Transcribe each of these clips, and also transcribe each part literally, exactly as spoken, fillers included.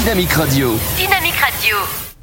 Dynamique Radio. Dynamique Radio.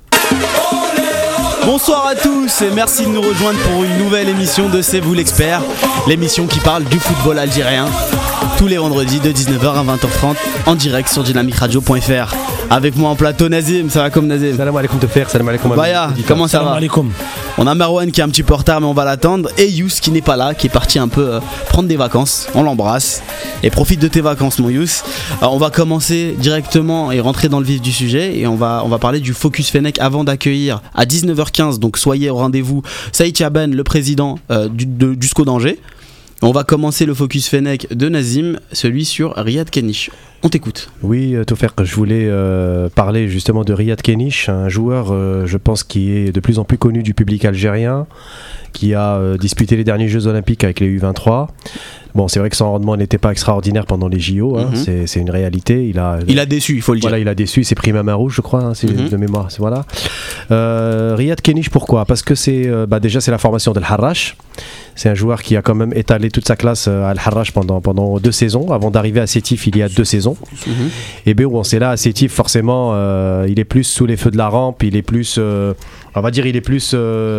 Bonsoir à tous et merci de nous rejoindre pour une nouvelle émission de C'est vous l'expert, l'émission qui parle du football algérien, tous les vendredis de dix-neuf heures à vingt heures trente en direct sur dynamique radio point f r. Avec moi en plateau Nazim, ça va comme Nazim? Salam alaikum te faire, salam alaikum. Baya, comment ça va? Alaikum. On a Marwan qui est un petit peu en retard mais on va l'attendre, et Yous qui n'est pas là, qui est parti un peu euh, prendre des vacances. On l'embrasse et profite de tes vacances mon Yous. Alors, on va commencer directement et rentrer dans le vif du sujet et on va, on va parler du Focus Fennec avant d'accueillir à dix-neuf heures quinze, donc soyez au rendez-vous, Saïd Chaban, le président euh, du, de, du S C O d'Angers. On va commencer le Focus Fennec de Nazim, celui sur Riyad Kenich. On t'écoute. Oui, Taufer, je voulais euh, parler justement de Riyad Kenich, un joueur, euh, je pense, qui est de plus en plus connu du public algérien, qui a euh, disputé les derniers Jeux Olympiques avec les U vingt-trois. Bon, c'est vrai que son rendement n'était pas extraordinaire pendant les J O, hein, mm-hmm. c'est, c'est une réalité. Il a, il a déçu, il faut le dire. Voilà, il a déçu, il s'est pris ma main rouge, je crois, hein, c'est mm-hmm. de mémoire. C'est, voilà. Euh, Riyad Kenich, pourquoi? Parce que c'est, euh, bah, déjà, c'est la formation d'Al Harrach. C'est un joueur qui a quand même étalé toute sa classe à Al Harrach pendant, pendant deux saisons, avant d'arriver à Sétif il y a deux saisons. Mm-hmm. Et bien, bon, c'est là, à Sétif, forcément, euh, il est plus sous les feux de la rampe, il est plus, euh, on va dire, il est plus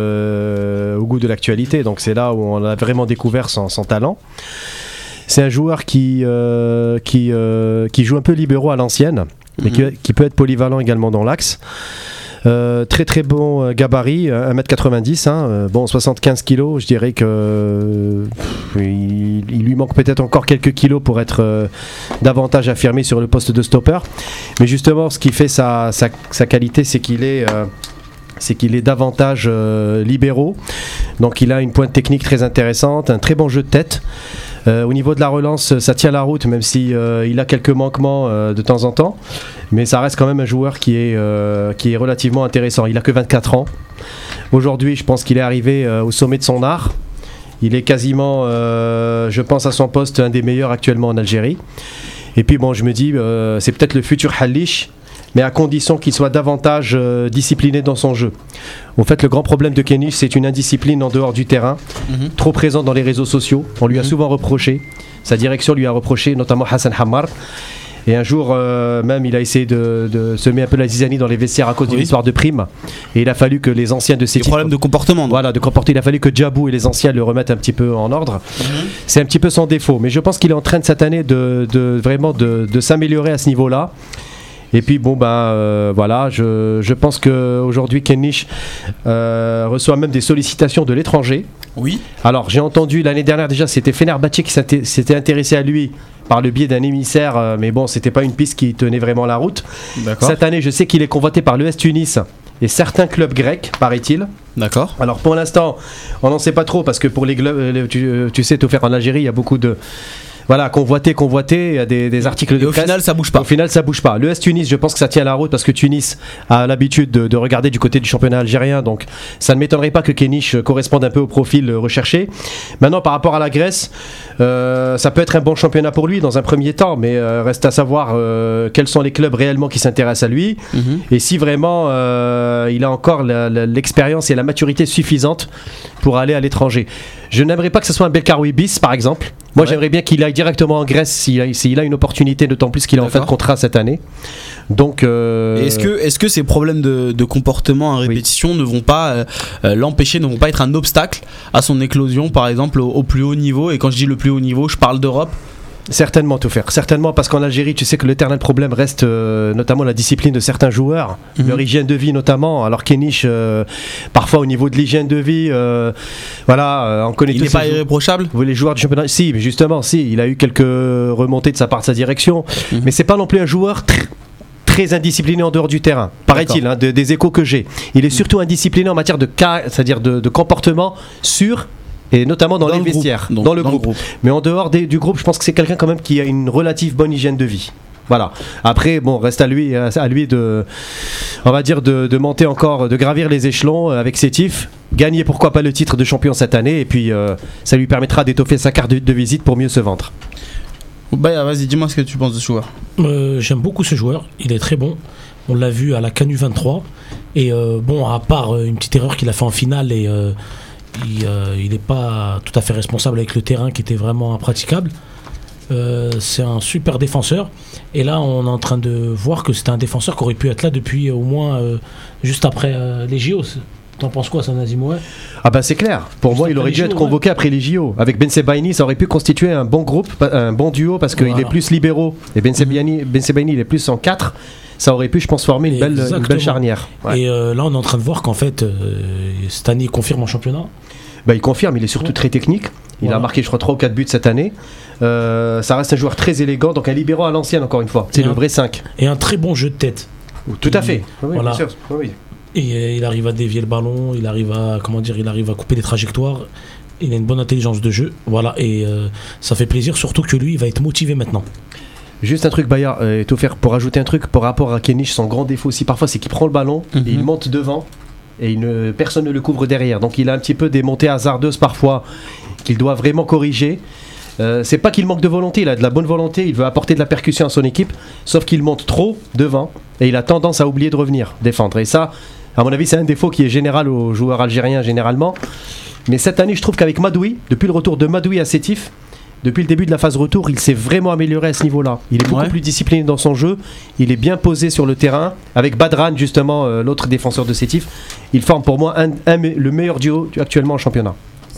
euh, au goût de l'actualité. Donc, c'est là où on a vraiment découvert son, son talent. C'est un joueur qui, euh, qui, euh, qui joue un peu libéraux à l'ancienne, mais mm-hmm. qui, qui peut être polyvalent également dans l'axe. Euh, très très bon euh, gabarit, un mètre quatre-vingt-dix, hein, euh, bon soixante-quinze kilos, je dirais que euh, il, il lui manque peut-être encore quelques kilos pour être euh, davantage affirmé sur le poste de stopper. Mais justement, ce qui fait sa, sa, sa qualité, c'est qu'il est... Euh, c'est qu'il est davantage euh, libéraux, donc il a une pointe technique très intéressante, un très bon jeu de tête. Euh, au niveau de la relance, ça tient la route, même si euh, il a quelques manquements euh, de temps en temps, mais ça reste quand même un joueur qui est, euh, qui est relativement intéressant. Il a que vingt-quatre ans. Aujourd'hui, je pense qu'il est arrivé euh, au sommet de son art. Il est quasiment, euh, je pense à son poste, un des meilleurs actuellement en Algérie. Et puis bon, je me dis, euh, c'est peut-être le futur Hallich, mais à condition qu'il soit davantage euh, discipliné dans son jeu. En fait, le grand problème de Kenich, c'est une indiscipline en dehors du terrain, mm-hmm. trop présente dans les réseaux sociaux. On lui a mm-hmm. souvent reproché, sa direction lui a reproché, notamment Hassan Hammar. Et un jour, euh, même, il a essayé de, de semer un peu la zizanie dans les vestiaires à cause oui. d'une histoire de prime. Et il a fallu que les anciens de ces Des problèmes de comportement. Voilà, de comporter. Il a fallu que Djabou et les anciens le remettent un petit peu en ordre. Mm-hmm. C'est un petit peu son défaut. Mais je pense qu'il est en train de cette année de, de vraiment de, de s'améliorer à ce niveau-là. Et puis bon ben euh, voilà, je, je pense qu'aujourd'hui Kenich euh, reçoit même des sollicitations de l'étranger. Oui. Alors j'ai entendu l'année dernière déjà, c'était Fenerbahçe qui s'était, s'était intéressé à lui par le biais d'un émissaire, euh, mais bon c'était pas une piste qui tenait vraiment la route. D'accord. Cette année je sais qu'il est convoité par l'E S Tunis et certains clubs grecs, paraît-il. D'accord. Alors pour l'instant on n'en sait pas trop parce que pour les clubs, tu, tu sais, tout faire en Algérie il y a beaucoup de... Voilà, convoité, convoité, il y a des, des articles de et au presse. final, ça bouge pas. Au final, ça bouge pas. L'E S Tunis, je pense que ça tient la route parce que Tunis a l'habitude de, de regarder du côté du championnat algérien, donc ça ne m'étonnerait pas que Kenich corresponde un peu au profil recherché. Maintenant, par rapport à la Grèce, euh, ça peut être un bon championnat pour lui dans un premier temps, mais euh, reste à savoir euh, quels sont les clubs réellement qui s'intéressent à lui mm-hmm. et si vraiment euh, il a encore la, la, l'expérience et la maturité suffisante pour aller à l'étranger. Je n'aimerais pas que ce soit un Belkaroui bis, par exemple. Moi, ouais. j'aimerais bien qu'il aille directement en Grèce s'il a, s'il a une opportunité, d'autant plus qu'il a D'accord. en fait contrat cette année. Donc, euh... Et est-ce que, est-ce que ces problèmes de, de comportement à répétition oui. ne vont pas euh, l'empêcher, ne vont pas être un obstacle à son éclosion, par exemple, au, au plus haut niveau? Et quand je dis le plus haut niveau, je parle d'Europe. Certainement tout faire, certainement parce qu'en Algérie tu sais que l'éternel problème reste euh, notamment la discipline de certains joueurs, mmh. leur hygiène de vie notamment, alors Kenich euh, parfois au niveau de l'hygiène de vie euh, voilà, euh, on connaît il tous n'est pas jou- irréprochable vous, les joueurs du championnat, si mais justement si, il a eu quelques remontées de sa part de sa direction, mmh. mais c'est pas non plus un joueur tr- très indiscipliné en dehors du terrain, paraît-il, hein, de, des échos que j'ai. Il est surtout indiscipliné en matière de cas, c'est-à-dire de, de comportement sur et notamment dans, dans les vestiaires, donc, dans le dans groupe. Le groupe. Mais en dehors des, du groupe, je pense que c'est quelqu'un quand même qui a une relative bonne hygiène de vie. Voilà. Après, bon, reste à lui, à lui de, on va dire de, de monter encore, de gravir les échelons avec Sétif, gagner pourquoi pas le titre de champion cette année, et puis euh, ça lui permettra d'étoffer sa carte de, de visite pour mieux se vendre. Bah, vas-y, dis-moi ce que tu penses de ce joueur. Euh, j'aime beaucoup ce joueur, il est très bon. On l'a vu à la CAN U vingt-trois, et euh, bon, à part une petite erreur qu'il a fait en finale et euh, il n'est euh, pas tout à fait responsable avec le terrain qui était vraiment impraticable. Euh, c'est un super défenseur. Et là, on est en train de voir que c'était un défenseur qui aurait pu être là depuis au moins euh, juste après euh, les J O. T'en penses quoi, ça, Nazim? Ouais. Ah bah c'est clair. Pour juste moi, il aurait dû J O, être convoqué ouais. après les J O. Avec Ben Sebaini, ça aurait pu constituer un bon groupe, un bon duo, parce qu'il voilà. est plus libéraux. Et Ben Sebaini, Ben Sebaini, il est plus en quatre. Ça aurait pu, je pense, former une belle, une belle charnière. Ouais. Et euh, là, on est en train de voir qu'en fait, euh, cette année, il confirme en championnat. Bah, il confirme, il est surtout ouais. très technique. Il voilà. a marqué, je crois, trois ou quatre buts cette année. Euh, ça reste un joueur très élégant, donc un libéraux à l'ancienne, encore une fois. C'est et le un, vrai cinq. Et un très bon jeu de tête. Tout à fait. Oui, voilà. bien sûr. Oui. Et euh, il arrive à dévier le ballon, il arrive à, comment dire, il arrive à couper des trajectoires. Il a une bonne intelligence de jeu. Voilà. Et euh, ça fait plaisir, surtout que lui, il va être motivé maintenant. Juste un truc, Bayard, euh, tout faire pour ajouter un truc par rapport à Kenich, son grand défaut aussi parfois, c'est qu'il prend le ballon mm-hmm. et il monte devant et il ne, personne ne le couvre derrière. Donc il a un petit peu des montées hasardeuses parfois qu'il doit vraiment corriger. Euh, c'est pas qu'il manque de volonté, il a de la bonne volonté, il veut apporter de la percussion à son équipe, sauf qu'il monte trop devant et il a tendance à oublier de revenir défendre. Et ça, à mon avis, c'est un défaut qui est général aux joueurs algériens généralement. Mais cette année, je trouve qu'avec Madoui, depuis le retour de Madoui à Sétif, depuis le début de la phase retour, il s'est vraiment amélioré à ce niveau-là. Il est beaucoup ouais. plus discipliné dans son jeu, il est bien posé sur le terrain. Avec Badran, justement, euh, l'autre défenseur de Sétif, il forme pour moi un, un, le meilleur duo actuellement en championnat.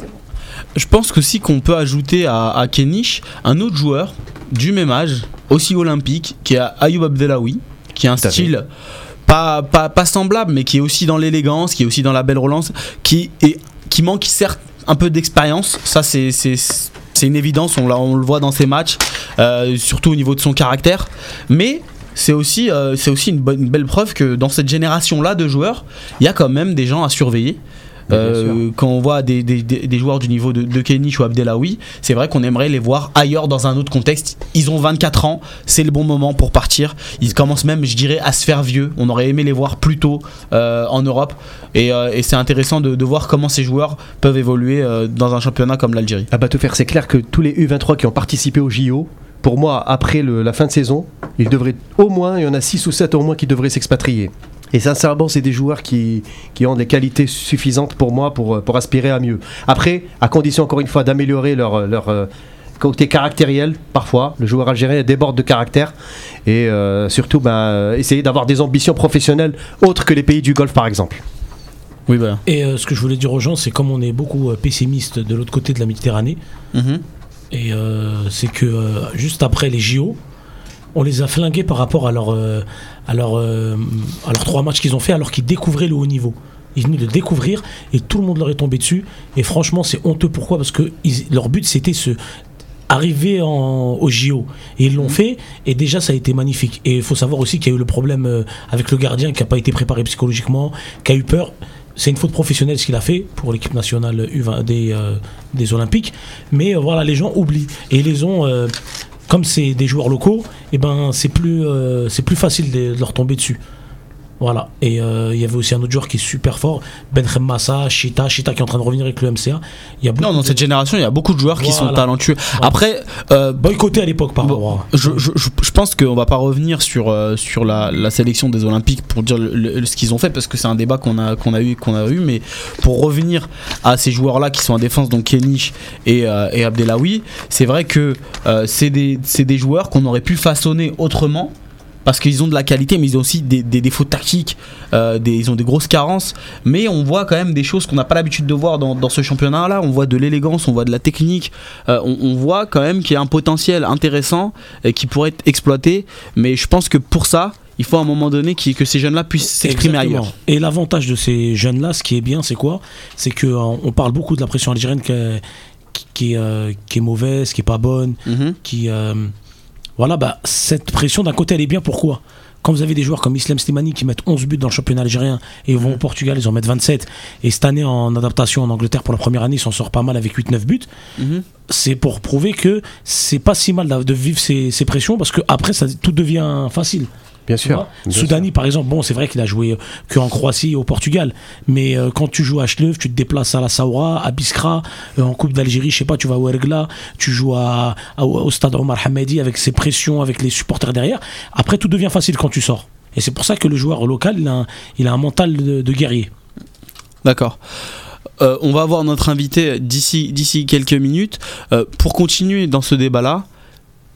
Je pense qu'aussi qu'on peut ajouter à, à Kenich un autre joueur du même âge, aussi olympique, qui est Ayoub Abdelawi, qui a un Tout style pas, pas, pas semblable, mais qui est aussi dans l'élégance, qui est aussi dans la belle relance, qui, est, qui manque certes un peu d'expérience. Ça, c'est... c'est C'est une évidence, on, on le voit dans ses matchs, euh, surtout au niveau de son caractère. Mais c'est aussi, euh, c'est aussi une, bonne, une belle preuve que dans cette génération-là de joueurs, il y a quand même des gens à surveiller. Euh, quand on voit des, des, des joueurs du niveau de, de Kenich ou Abdelawi, c'est vrai qu'on aimerait les voir ailleurs dans un autre contexte. Ils ont vingt-quatre ans, c'est le bon moment pour partir. Ils commencent même, je dirais, à se faire vieux. On aurait aimé les voir plus tôt euh, en Europe. Et, euh, et c'est intéressant de, de voir comment ces joueurs peuvent évoluer euh, dans un championnat comme l'Algérie. Ah bah te faire, c'est clair que tous les U vingt-trois qui ont participé au J O, pour moi, après le, la fin de saison, ils devraient au moins, il y en a six ou sept au moins qui devraient s'expatrier. Et sincèrement, c'est des joueurs qui, qui ont des qualités suffisantes pour moi pour, pour aspirer à mieux. Après, à condition encore une fois d'améliorer leur, leur euh, côté caractériel, parfois. Le joueur algérien déborde de caractère. Et euh, surtout, ben, essayer d'avoir des ambitions professionnelles autres que les pays du Golfe, par exemple. Oui, voilà. Et euh, ce que je voulais dire aux gens, c'est comme on est beaucoup euh, pessimistes de l'autre côté de la Méditerranée, mm-hmm. et euh, c'est que euh, juste après les J O, on les a flingués par rapport à, leur, euh, à, leur, euh, à leurs trois matchs qu'ils ont fait alors qu'ils découvraient le haut niveau. Ils venaient de découvrir et tout le monde leur est tombé dessus. Et franchement, c'est honteux. Pourquoi ? Parce que ils, leur but, c'était ce, arriver en, au J O. Et ils l'ont fait. Et déjà, ça a été magnifique. Et il faut savoir aussi qu'il y a eu le problème euh, avec le gardien qui n'a pas été préparé psychologiquement, qui a eu peur. C'est une faute professionnelle ce qu'il a fait pour l'équipe nationale U vingt des, euh, des Olympiques. Mais euh, voilà, les gens oublient. Et ils les ont... Euh, comme c'est des joueurs locaux, et ben c'est plus euh, c'est plus facile de, de leur tomber dessus. Voilà. Et il euh, y avait aussi un autre joueur qui est super fort, Ben Khemmassa, Chita, Chita qui est en train de revenir avec le M C A. Il y a non, dans de... cette génération, il y a beaucoup de joueurs voilà. qui sont talentueux. Voilà. Après, euh, boycotté à l'époque, par bon, je, je, je pense qu'on va pas revenir sur euh, sur la, la sélection des Olympiques pour dire le, le, ce qu'ils ont fait parce que c'est un débat qu'on a qu'on a eu qu'on a eu. Mais pour revenir à ces joueurs-là qui sont en défense, donc Kenich et, euh, et Abdelawi, c'est vrai que euh, c'est des c'est des joueurs qu'on aurait pu façonner autrement. Parce qu'ils ont de la qualité, mais ils ont aussi des, des défauts tactiques, euh, des, ils ont des grosses carences. Mais on voit quand même des choses qu'on n'a pas l'habitude de voir dans, dans ce championnat-là. On voit de l'élégance, on voit de la technique. Euh, on, on voit quand même qu'il y a un potentiel intéressant et qui pourrait être exploité. Mais je pense que pour ça, il faut à un moment donné que ces jeunes-là puissent s'exprimer Exactement. ailleurs. Et l'avantage de ces jeunes-là, ce qui est bien, c'est quoi ? C'est qu'on parle beaucoup de la pression algérienne qui est, qui est, euh, qui est mauvaise, qui n'est pas bonne, mm-hmm. qui... Euh, Voilà, bah, cette pression, d'un côté, elle est bien. Pourquoi ? Quand vous avez des joueurs comme Islam Slimani qui mettent onze buts dans le championnat algérien et ils vont mmh. au Portugal, ils en mettent vingt-sept. Et cette année, en adaptation en Angleterre, pour la première année, ils s'en sortent pas mal avec huit neuf buts. Mmh. C'est pour prouver que c'est pas si mal de vivre ces, ces pressions parce qu'après, tout devient facile. Bien sûr. Bien Soudani, sûr. par exemple, bon, c'est vrai qu'il a joué qu'en Croatie et au Portugal, mais euh, quand tu joues à Chleuv, tu te déplaces à la Saoura, à Biskra, euh, en Coupe d'Algérie, je sais pas, tu vas au Ergla, tu joues à, à, au stade Omar Hamadi avec ses pressions, avec les supporters derrière. Après, tout devient facile quand tu sors. Et c'est pour ça que le joueur local, il a un, il a un mental de, de guerrier. D'accord. Euh, on va avoir notre invité d'ici, d'ici quelques minutes. Euh, pour continuer dans ce débat-là,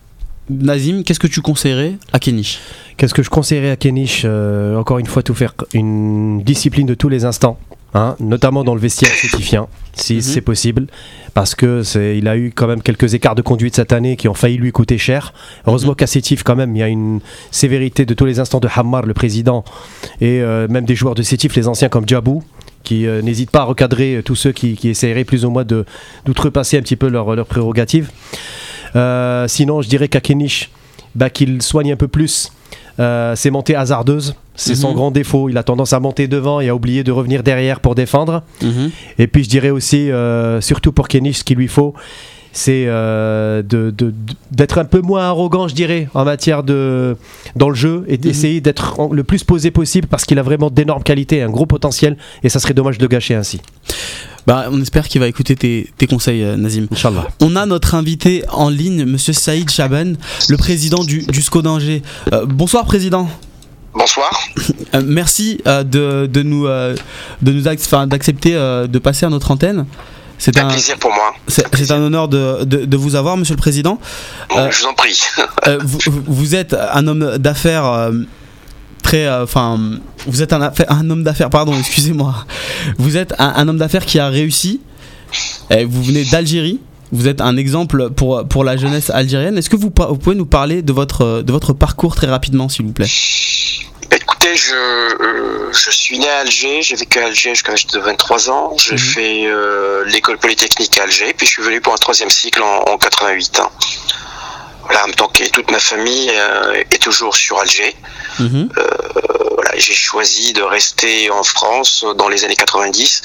Nazim, qu'est-ce que tu conseillerais à Kenich ? Qu'est-ce que je conseillerais à Kenich ? euh, Encore une fois, tout faire une discipline de tous les instants, hein, notamment dans le vestiaire sétifien, si mm-hmm. c'est possible, parce que c'est, il a eu quand même quelques écarts de conduite cette année qui ont failli lui coûter cher. Heureusement mm-hmm. qu'à Sétif, quand même, il y a une sévérité de tous les instants de Hammar, le président, et euh, même des joueurs de Sétif, les anciens comme Djabou, qui euh, n'hésitent pas à recadrer tous ceux qui, qui essaieraient plus ou moins de, d'outrepasser un petit peu leurs leur prérogatives. Euh, sinon, je dirais qu'à Kenich, bah, qu'il soigne un peu plus euh, ses montées hasardeuses. C'est mm-hmm. son grand défaut. Il a tendance à monter devant et à oublier de revenir derrière pour défendre. Mm-hmm. Et puis, je dirais aussi, euh, surtout pour Kenich, ce qu'il lui faut, c'est euh, de, de, d'être un peu moins arrogant, je dirais, en matière de dans le jeu et d'essayer mmh. d'être le plus posé possible parce qu'il a vraiment d'énormes qualités, un gros potentiel et ça serait dommage de gâcher ainsi. Bah, on espère qu'il va écouter tes, tes conseils, Nazim. Inch'Allah. On a notre invité en ligne, Monsieur Saïd Chaban, le président du, du S C O d'Angers. Euh, bonsoir, président. Bonsoir. Euh, merci euh, de, de nous, euh, de nous ac- d'accepter euh, de passer à notre antenne. C'est un, un plaisir pour moi. C'est, c'est un honneur de, de, de vous avoir, Monsieur le Président. Euh, Je vous en prie. euh, vous, vous êtes un homme d'affaires euh, très, enfin, euh, vous êtes un, un homme d'affaires. Pardon, excusez-moi. Vous êtes un, un homme d'affaires qui a réussi. Et vous venez d'Algérie. Vous êtes un exemple pour pour la jeunesse algérienne. Est-ce que vous, vous pouvez nous parler de votre de votre parcours très rapidement, s'il vous plaît? Écoutez, je, euh, je suis né à Alger, j'ai vécu à Alger jusqu'à l'âge de vingt-trois ans, j'ai mmh. fait euh, l'école polytechnique à Alger, puis je suis venu pour un troisième cycle en, en quatre-vingt-huit. Hein. Voilà, donc et toute ma famille euh, est toujours sur Alger. Mmh. Euh, voilà, j'ai choisi de rester en France dans les années quatre-vingt-dix,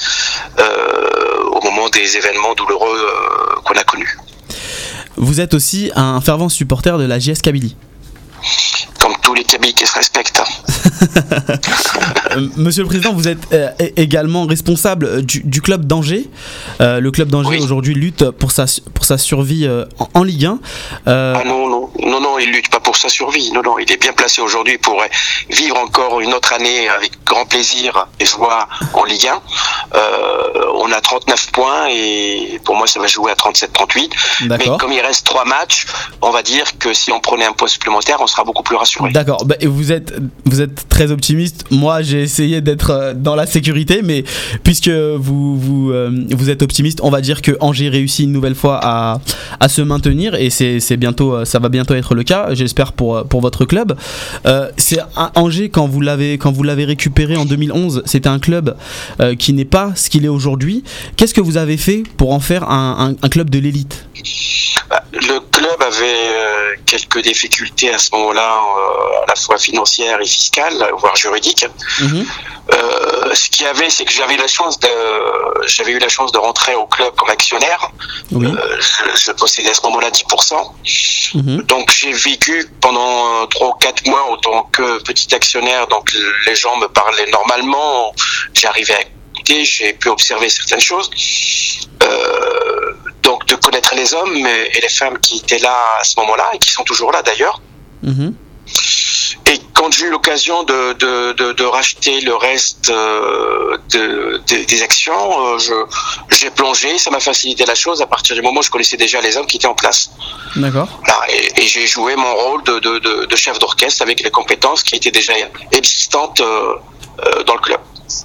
euh, au moment des événements douloureux euh, qu'on a connus. Vous êtes aussi un fervent supporter de la J S Kabylie. Comme tous les Kabyles qui se respectent. Monsieur le Président, vous êtes euh, également responsable du, du club d'Angers. Euh, le club d'Angers oui. aujourd'hui lutte pour sa, pour sa survie euh, en, en Ligue un. Euh... Ah non, non, non, non, il lutte pas pour sa survie. Non, non, il est bien placé aujourd'hui pour vivre encore une autre année avec grand plaisir et joie en Ligue un. Euh, on a trente-neuf points et pour moi ça va jouer à trente-sept trente-huit. D'accord. Mais comme il reste trois matchs, on va dire que si on prenait un point supplémentaire, on sera beaucoup plus rassuré. D'accord. Bah, et vous êtes, vous êtes très optimiste. Moi, j'ai essayé d'être dans la sécurité, mais puisque vous, vous, euh, vous êtes optimiste, on va dire que Angers réussit une nouvelle fois à, à se maintenir et c'est, c'est bientôt, ça va bientôt être le cas. J'espère pour, pour votre club. Euh, c'est un, Angers quand vous l'avez, quand vous l'avez récupéré en deux mille onze, c'était un club euh, qui n'est pas ce qu'il est aujourd'hui. Qu'est-ce que vous avez fait pour en faire un, un, un club de l'élite? Le club avait euh, quelques difficultés à ce moment-là, euh, à la fois financières et fiscales, voire juridiques. Mmh. Euh, ce qu'il y avait, c'est que j'avais la chance de, j'avais eu la chance de rentrer au club comme actionnaire. Oui. Euh, je, je possédais à ce moment-là dix pour cent. Mmh. Donc j'ai vécu pendant trois ou quatre mois en tant que petit actionnaire. Donc les gens me parlaient normalement. J'arrivais à écouter, j'ai pu observer certaines choses. Euh, donc de connaître les hommes et les femmes qui étaient là à ce moment-là et qui sont toujours là d'ailleurs. Mmh. Et quand j'ai eu l'occasion de, de, de, de racheter le reste euh, de, de, des actions, euh, je, j'ai plongé, ça m'a facilité la chose à partir du moment où je connaissais déjà les hommes qui étaient en place. D'accord. Voilà, et, et j'ai joué mon rôle de, de, de, de chef d'orchestre avec les compétences qui étaient déjà existantes euh, euh, dans le club.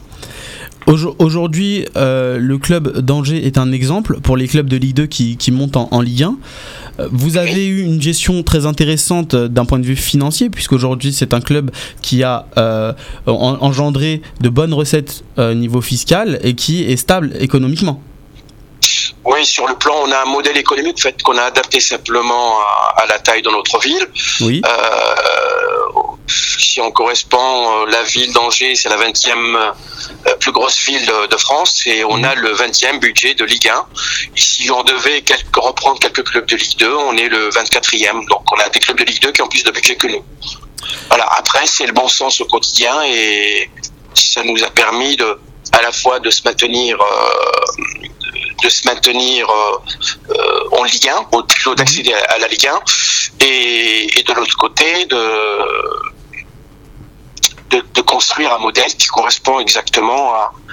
Aujourd'hui, euh, le club d'Angers est un exemple pour les clubs de Ligue deux qui, qui montent en, en Ligue un. Vous avez eu une gestion très intéressante d'un point de vue financier, puisqu'aujourd'hui c'est un club qui a euh, engendré de bonnes recettes euh, niveau fiscal et qui est stable économiquement. Oui, sur le plan, on a un modèle économique en fait, qu'on a adapté simplement à, à la taille de notre ville. Oui. Euh, si on correspond, la ville d'Angers, c'est la vingtième plus grosse ville de, de France et on mmh. a le vingtième budget de Ligue un. Et si on devait quelques, reprendre quelques clubs de Ligue deux, on est le vingt-quatrième. Donc on a des clubs de Ligue deux qui ont plus de budget que nous. Voilà. Après, c'est le bon sens au quotidien et ça nous a permis de, à la fois de se maintenir. Euh, de se maintenir euh, euh, en Ligue un, ou plutôt d'accéder à, à la Ligue un, et, et de l'autre côté, de, de, de construire un modèle qui correspond exactement à,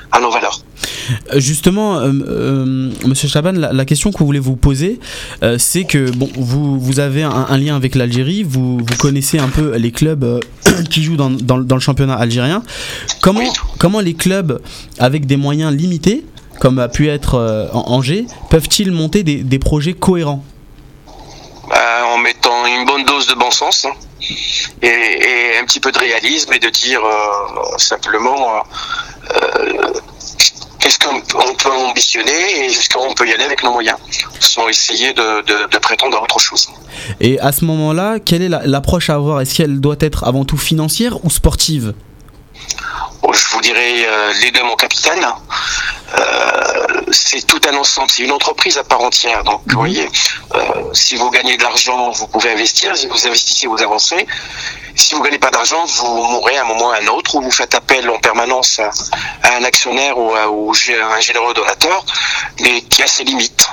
à nos valeurs. Justement, euh, euh, Monsieur Chaban, la, la question que vous voulez vous poser, euh, c'est que bon, vous, vous avez un, un lien avec l'Algérie, vous, vous connaissez un peu les clubs euh, qui jouent dans, dans, dans le championnat algérien. Comment, oui. comment les clubs avec des moyens limités, comme a pu être euh, Angers, peuvent-ils monter des, des projets cohérents ? Bah, en mettant une bonne dose de bon sens hein, et, et un petit peu de réalisme et de dire euh, simplement euh, qu'est-ce qu'on peut ambitionner et jusqu'où on peut y aller avec nos moyens, sans essayer de, de, de prétendre à autre chose. Et à ce moment-là, quelle est la, l'approche à avoir ? Est-ce qu'elle doit être avant tout financière ou sportive ? Bon, je vous dirais euh, les deux, mon capitaine. Euh, c'est tout un ensemble, c'est une entreprise à part entière. Donc, mmh. vous voyez, euh, si vous gagnez de l'argent, vous pouvez investir. Si vous investissez, vous avancez. Si vous ne gagnez pas d'argent, vous mourrez à un moment ou à un autre, ou vous faites appel en permanence à, à un actionnaire ou à, ou à un généreux donateur, mais qui a ses limites.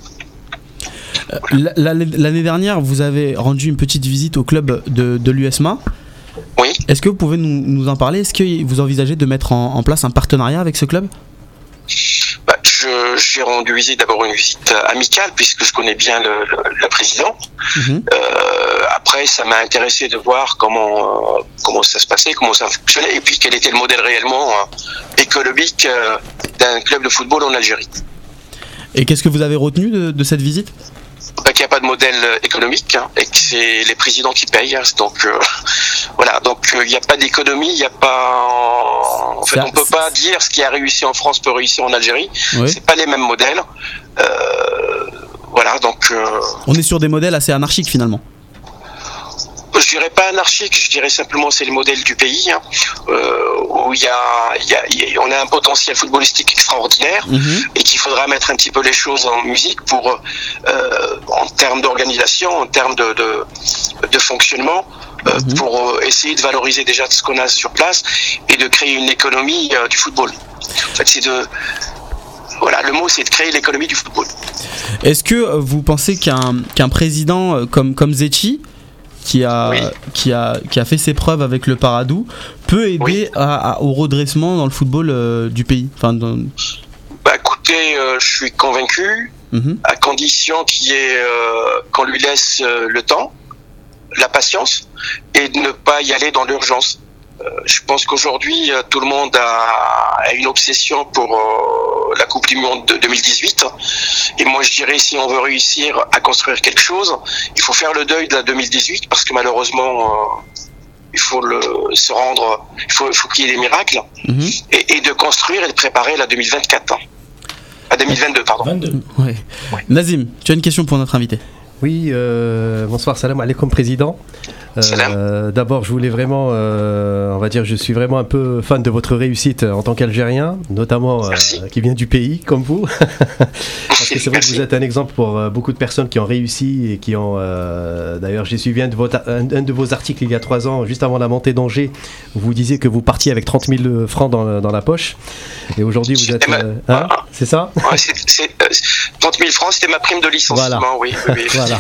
Euh, l'année dernière, vous avez rendu une petite visite au club de, de l'U S M A. Oui. Est-ce que vous pouvez nous, nous en parler ? Est-ce que vous envisagez de mettre en, en place un partenariat avec ce club ? Bah, je, j'ai rendu visite, d'abord une visite amicale, puisque je connais bien le, le, le président. Mmh. Euh, après, ça m'a intéressé de voir comment, euh, comment ça se passait, comment ça fonctionnait, et puis quel était le modèle réellement euh, économique euh, d'un club de football en Algérie. Et qu'est-ce que vous avez retenu de, de cette visite ? Bah, qu'il n'y a pas de modèle économique hein, et que c'est les présidents qui payent. Hein, donc euh, voilà, donc il euh, n'y a pas d'économie, il n'y a pas. En fait, on ne peut pas dire ce qui a réussi en France peut réussir en Algérie. Oui. C'est pas les mêmes modèles. Euh, voilà, donc. Euh... On est sur des modèles assez anarchiques finalement. Je dirais pas anarchique, je dirais simplement c'est le modèle du pays hein, euh, où il y a, y, a, y a, on a un potentiel footballistique extraordinaire mmh. et qu'il faudra mettre un petit peu les choses en musique pour, euh, en termes d'organisation, en termes de, de, de fonctionnement, euh, mmh. pour euh, essayer de valoriser déjà ce qu'on a sur place et de créer une économie euh, du football. En fait, c'est de Voilà, le mot c'est de créer l'économie du football. Est-ce que vous pensez qu'un, qu'un président comme, comme Zetchi, qui a, oui. qui, a, qui a fait ses preuves avec le Paradou, peut aider oui. à, à, au redressement dans le football euh, du pays enfin, dans... Bah écoutez, euh, je suis convaincu, mm-hmm. à condition qu'il y ait, euh, qu'on lui laisse euh, le temps, la patience, et de ne pas y aller dans l'urgence. Euh, je pense qu'aujourd'hui, euh, tout le monde a, a une obsession pour euh, la Coupe du Monde de deux mille dix-huit. Et moi, je dirais, si on veut réussir à construire quelque chose, il faut faire le deuil de la deux mille dix-huit, parce que malheureusement, euh, il faut le, se rendre, il faut, il faut qu'il y ait des miracles, mm-hmm. et, et de construire et de préparer la deux mille vingt-quatre. Hein. À deux mille vingt-deux, pardon. vingt-deux. Ouais. Ouais. Nazim, tu as une question pour notre invité ? Oui, euh, bonsoir, salam alaikum président. Euh, d'abord, je voulais vraiment, euh, on va dire, je suis vraiment un peu fan de votre réussite en tant qu'Algérien, notamment euh, qui vient du pays comme vous. Parce que c'est vrai que vous êtes un exemple pour euh, beaucoup de personnes qui ont réussi et qui ont. Euh, d'ailleurs, j'ai suivi un de, votre, un, un de vos articles il y a trois ans, juste avant la montée d'Angers, où vous disiez que vous partiez avec trente mille francs dans, dans la poche. Et aujourd'hui, vous êtes. Euh, hein, c'est ça ? Ouais, c'est, c'est, euh, trente mille francs, c'était ma prime de licenciement, voilà. oui. oui, oui voilà.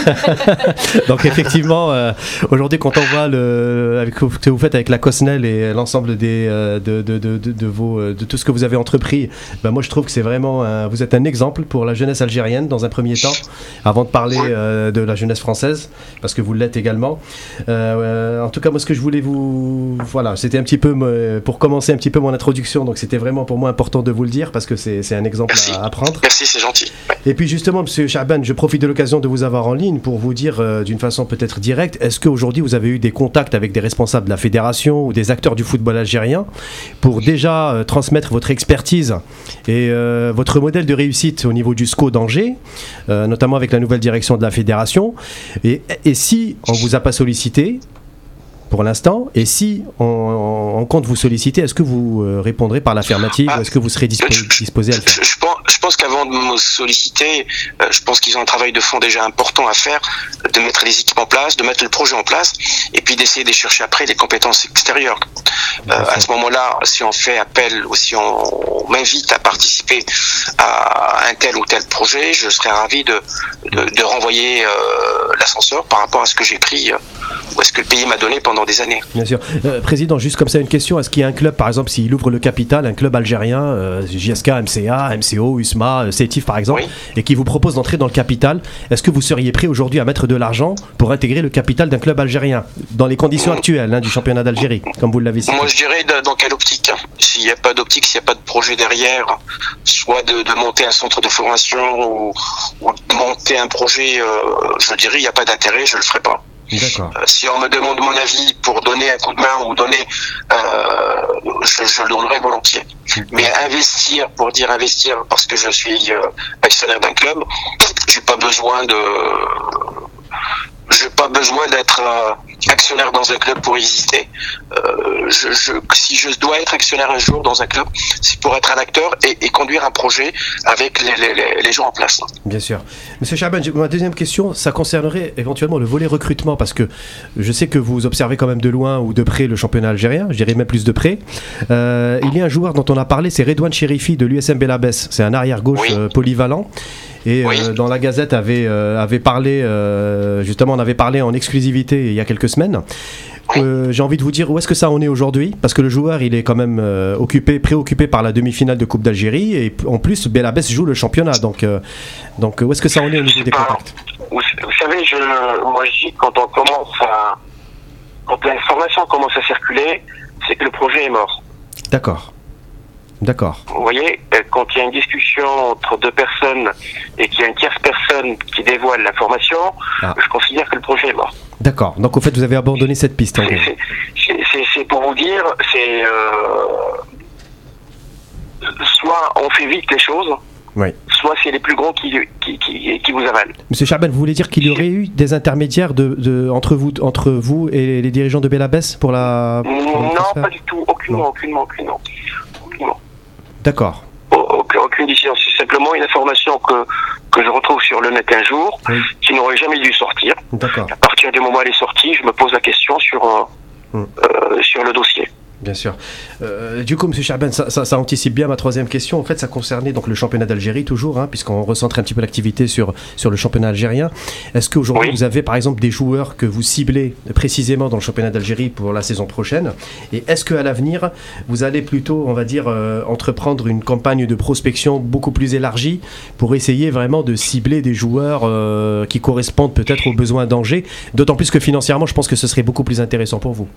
Donc, effectivement. Euh, Aujourd'hui, quand on voit le, avec ce que vous faites avec la Cosnel et l'ensemble des, de, de, de, de, de, vos, de tout ce que vous avez entrepris, ben moi je trouve que c'est vraiment, un, vous êtes un exemple pour la jeunesse algérienne dans un premier temps, avant de parler euh, de la jeunesse française, parce que vous l'êtes également. Euh, en tout cas, moi ce que je voulais vous, voilà, c'était un petit peu me, pour commencer un petit peu mon introduction, donc c'était vraiment pour moi important de vous le dire parce que c'est, c'est un exemple à, à prendre. Merci, c'est gentil. Ouais. Et puis justement, Monsieur Chaban, je profite de l'occasion de vous avoir en ligne pour vous dire euh, d'une façon peut-être directe, est-ce que aujourd'hui vous avez eu des contacts avec des responsables de la fédération ou des acteurs du football algérien pour déjà euh, transmettre votre expertise et euh, votre modèle de réussite au niveau du S C O d'Angers, euh, notamment avec la nouvelle direction de la fédération, et, et si on ne vous a pas sollicité pour l'instant, et si on, on compte vous solliciter, est-ce que vous euh, répondrez par l'affirmative, ah, ou est-ce que vous serez dispo- je, disposé à le faire? je, je, pense, je pense qu'avant de me solliciter, euh, je pense qu'ils ont un travail de fond déjà important à faire, de mettre les équipes en place, de mettre le projet en place, et puis d'essayer de chercher après les compétences extérieures. Euh, à ce moment-là, si on fait appel ou si on, on m'invite à participer à un tel ou tel projet, je serais ravi de, de, de renvoyer euh, l'ascenseur par rapport à ce que j'ai pris euh, ou à ce que le pays m'a donné pendant des années. Bien sûr. Euh, Président, juste comme ça une question, est-ce qu'il y a un club, par exemple, s'il ouvre le Capital, un club algérien, euh, J S K, M C A, M C O, U S M A, Sétif par exemple, oui. et qui vous propose d'entrer dans le Capital, est-ce que vous seriez prêt aujourd'hui à mettre de l'argent pour intégrer le capital d'un club algérien, dans les conditions mmh. actuelles hein, du championnat d'Algérie, comme vous l'avez cité? Moi je dirais dans quelle optique hein. S'il n'y a pas d'optique, s'il n'y a pas de projet derrière, soit de, de monter un centre de formation ou, ou de monter un projet, euh, je dirais il n'y a pas d'intérêt, je ne le ferai pas. D'accord. Euh, si on me demande mon avis pour donner un coup de main ou donner, euh, je, je le donnerai volontiers. Mais investir, pour dire investir, parce que je suis euh, actionnaire d'un club, j'ai pas besoin de, j'ai pas besoin d'être euh, actionnaire dans un club pour exister. Euh, je, je, si je dois être actionnaire un jour dans un club, c'est pour être un acteur et, et conduire un projet avec les, les, les gens en place. Bien sûr. Monsieur Chaban, ma deuxième question, ça concernerait éventuellement le volet recrutement, parce que je sais que vous observez quand même de loin ou de près le championnat algérien, je dirais même plus de près. Euh, il y a un joueur dont on a parlé, c'est Redouane Chérifi de l'U S M Belabès. C'est un arrière-gauche oui. euh, polyvalent. Et oui. euh, dans la Gazette avait, euh, avait parlé, euh, justement on avait parlé en exclusivité il y a quelques semaines. Euh, j'ai envie de vous dire où est-ce que ça en est aujourd'hui, parce que le joueur il est quand même euh, occupé, préoccupé par la demi-finale de Coupe d'Algérie, et en plus Belabès joue le championnat, donc, euh, donc où est-ce que ça en est au niveau des contacts? Vous, vous savez, je, moi je dis quand on commence à, quand l'information commence à circuler, c'est que le projet est mort. D'accord. D'accord. Vous voyez, quand il y a une discussion entre deux personnes et qu'il y a une tierce personne qui dévoile l'information, ah. je considère que le projet est mort. D'accord. Donc au fait, vous avez abandonné cette piste. C'est, c'est, c'est, c'est, c'est pour vous dire, c'est euh, soit on fait vite les choses, oui. soit c'est les plus gros qui, qui, qui, qui vous avalent. Monsieur Chaban, vous voulez dire qu'il y aurait eu des intermédiaires de, de, entre, vous, entre vous et les dirigeants de Belabès pour la... Pour non, pas du tout. Aucunement, aucunement, aucunement. aucunement. D'accord. Aucune, aucune décision. C'est simplement une information que, que je retrouve sur le net un jour, oui. qui n'aurait jamais dû sortir. D'accord. À partir du moment où elle est sortie, je me pose la question sur, euh, hum. euh, sur le dossier. Bien sûr. Euh, du coup, M. Chaban, ça, ça, ça anticipe bien ma troisième question. En fait, ça concernait donc le championnat d'Algérie toujours, hein, puisqu'on recentre un petit peu l'activité sur, sur le championnat algérien. Est-ce qu'aujourd'hui, oui. vous avez par exemple des joueurs que vous ciblez précisément dans le championnat d'Algérie pour la saison prochaine? Et est-ce qu'à l'avenir, vous allez plutôt, on va dire, euh, entreprendre une campagne de prospection beaucoup plus élargie pour essayer vraiment de cibler des joueurs euh, qui correspondent peut-être aux besoins d'Angers? D'autant plus que financièrement, je pense que ce serait beaucoup plus intéressant pour vous.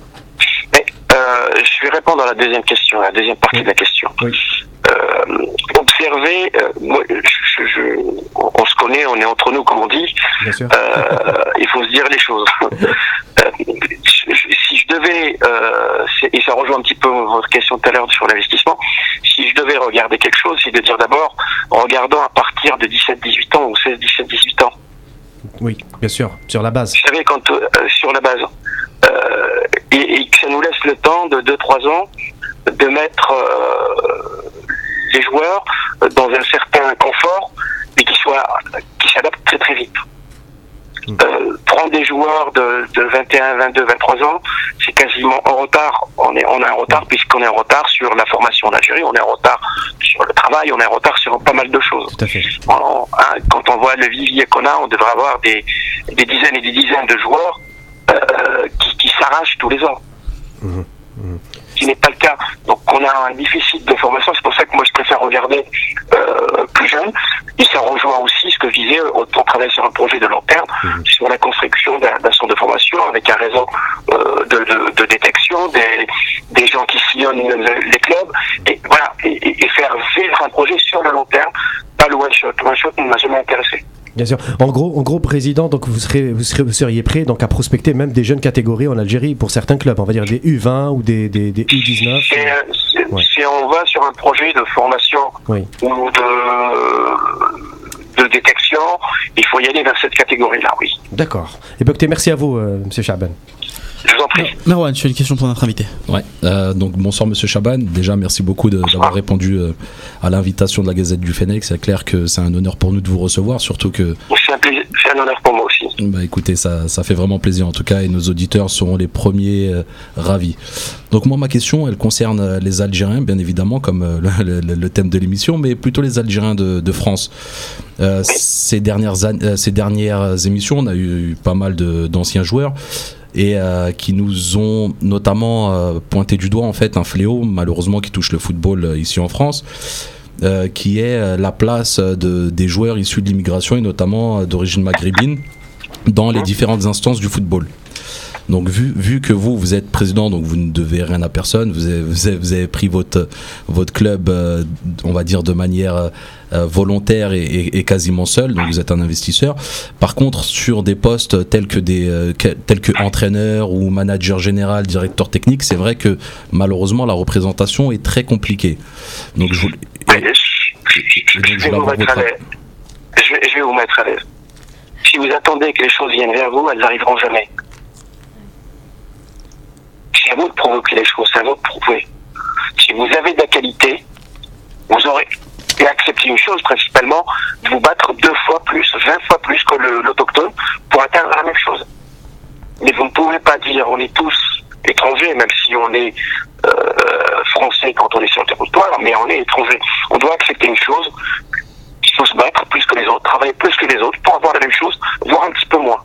Je vais répondre à la deuxième question, à la deuxième partie oui. de la question. Oui. Euh, observez, euh, moi, je, je, on se connaît, on est entre nous, comme on dit. Bien sûr. Euh, il faut se dire les choses. euh, si je devais, euh, et ça rejoint un petit peu votre question tout à l'heure sur l'investissement, si je devais regarder quelque chose, c'est de dire d'abord, regardons à partir de dix-sept dix-huit ans ou seize dix-sept dix-huit ans. Oui, bien sûr, sur la base. Vous savez, quand, euh, sur la base. Euh, et, et que ça nous laisse le temps de deux trois ans de mettre euh, les joueurs dans un certain confort, mais qui soit qui s'adaptent très très vite. Mmh. Euh, prendre des joueurs de, de vingt et un, vingt-deux, vingt-trois ans, c'est quasiment en retard. On est on a un retard mmh. puisqu'on est en retard sur la formation en Algérie, on est en retard sur le travail, on est en retard sur pas mal de choses. Tout à fait. On, hein, quand on voit le vivier qu'on a, on devrait avoir des, des dizaines et des dizaines de joueurs Euh, qui, qui s'arrachent tous les ans. Mmh, mmh. Ce qui n'est pas le cas. Donc on a un déficit de formation, c'est pour ça que moi je préfère regarder euh, plus jeune. Et ça rejoint aussi ce que je disais, on travaille sur un projet de long terme, mmh. sur la construction d'un, d'un centre de formation avec un réseau euh, de, de, de détection, des, des gens qui sillonnent les clubs, et voilà, et, et faire vivre un projet sur le long terme. Pas le one shot. Le one shot ne m'a jamais intéressé. Bien sûr. En gros, en gros, président, donc vous serez, vous serez, vous seriez prêt donc à prospecter même des jeunes catégories en Algérie pour certains clubs, on va dire des U vingt ou des, des, des U dix-neuf. C'est, c'est, ouais. Si on va sur un projet de formation oui. ou de, de détection, il faut y aller vers cette catégorie-là, oui. D'accord. Et bien, écoutez, merci à vous, euh, M. Chaban. Je vous en prie. Merwan, tu as une question pour notre invité. Ouais. Euh, donc bonsoir Monsieur Chaban. Déjà merci beaucoup de, d'avoir répondu euh, à l'invitation de la Gazette du Fennec. C'est clair que c'est un honneur pour nous de vous recevoir, surtout que. C'est un, plaisir, c'est un honneur pour moi aussi. Bah écoutez, ça, ça fait vraiment plaisir en tout cas, et nos auditeurs seront les premiers euh, ravis. Donc moi ma question, elle concerne les Algériens, bien évidemment, comme euh, le, le, le thème de l'émission, mais plutôt les Algériens de, de France. Euh, ces dernières an- euh, ces dernières émissions, on a eu pas mal de, d'anciens joueurs. Et euh, qui nous ont notamment euh, pointé du doigt en fait un fléau malheureusement qui touche le football euh, ici en France, euh, qui est euh, la place de, des joueurs issus de l'immigration et notamment euh, d'origine maghrébine dans les différentes instances du football. Donc vu, vu que vous, vous êtes président, donc vous ne devez rien à personne, vous avez, vous avez, vous avez pris votre, votre club, euh, on va dire de manière euh, volontaire et, et, et quasiment seul, donc vous êtes un investisseur. Par contre, sur des postes tels que, des, euh, que, tels que entraîneur ou manager général, directeur technique, c'est vrai que malheureusement la représentation est très compliquée. Donc je, et, et, je, donc, je, je, vais vous mettre à l'aise. Je, vais, je vais vous mettre à l'aise. Si vous attendez que les choses viennent vers vous, elles n'arriveront jamais. C'est à vous de provoquer les choses, c'est à vous de prouver. Si vous avez de la qualité, vous aurez et accepté une chose principalement, de vous battre deux fois plus, vingt fois plus que le, l'autochtone pour atteindre la même chose. Mais vous ne pouvez pas dire on est tous étrangers, même si on est euh, français quand on est sur le territoire, mais on est étrangers. On doit accepter une chose, il faut se battre plus que les autres, travailler plus que les autres pour avoir la même chose, voire un petit peu moins.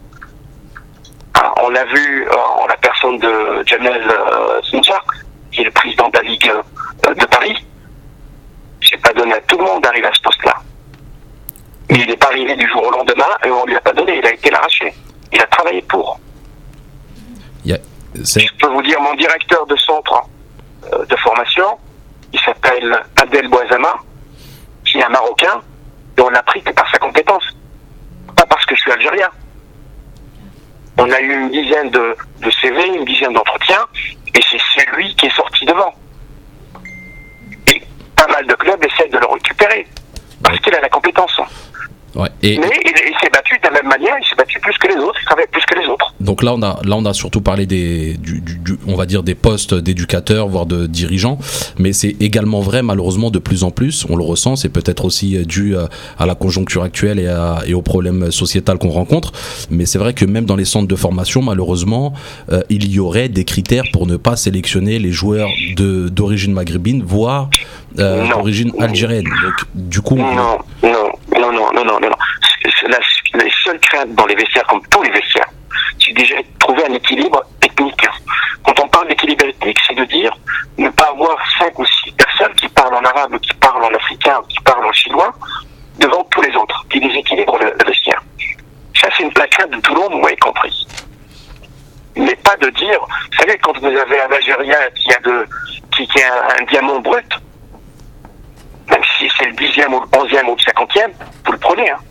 On a vu euh, en la personne de Jamel euh, Sinjar, qui est le président de la Ligue euh, de Paris. C'est pas donné à tout le monde d'arriver à ce poste-là. Mais il n'est pas arrivé du jour au lendemain et on lui a pas donné, il a été l'arraché. Il a travaillé pour. Yeah, c'est... Je peux vous dire, mon directeur de centre euh, de formation, il s'appelle Abdel Bouazama, qui est un Marocain, et on l'a pris que par sa compétence. Pas parce que je suis algérien. On a eu une dizaine de, de C V, une dizaine d'entretiens, et c'est celui qui est sorti devant. Et pas mal de clubs essaient de le récupérer, parce ouais. qu'il a la compétence. Ouais, et... Mais il, il s'est battu de la même manière, il s'est battu plus que les autres, il travaille plus que les autres. Donc là on a, là on a surtout parlé des, du, du, du, on va dire des postes d'éducateurs, voire de dirigeants, mais c'est également vrai malheureusement de plus en plus, on le ressent, c'est peut-être aussi dû à la conjoncture actuelle et, à, et aux problèmes sociétals qu'on rencontre, mais c'est vrai que même dans les centres de formation, malheureusement, euh, il y aurait des critères pour ne pas sélectionner les joueurs de, d'origine maghrébine, voire euh, d'origine algérienne. Donc du coup... Non, non, non, non, non, non, non, non. La, les seules craintes dans les vestiaires, comme tous les vestiaires, c'est déjà de trouver un équilibre technique. Quand on parle d'équilibre ethnique, c'est de dire ne pas avoir cinq ou six personnes qui parlent en arabe, qui parlent en africain, qui parlent en chinois, devant tous les autres, qui déséquilibrent le, le vestiaire. Ça, c'est une plaquette de tout le monde, moi y compris. Mais pas de dire, vous savez, quand vous avez un Algérien qui a, de, qui, qui a un, un diamant brut, même si c'est le dixième ou le onzième ou le cinquantième, vous le prenez, hein.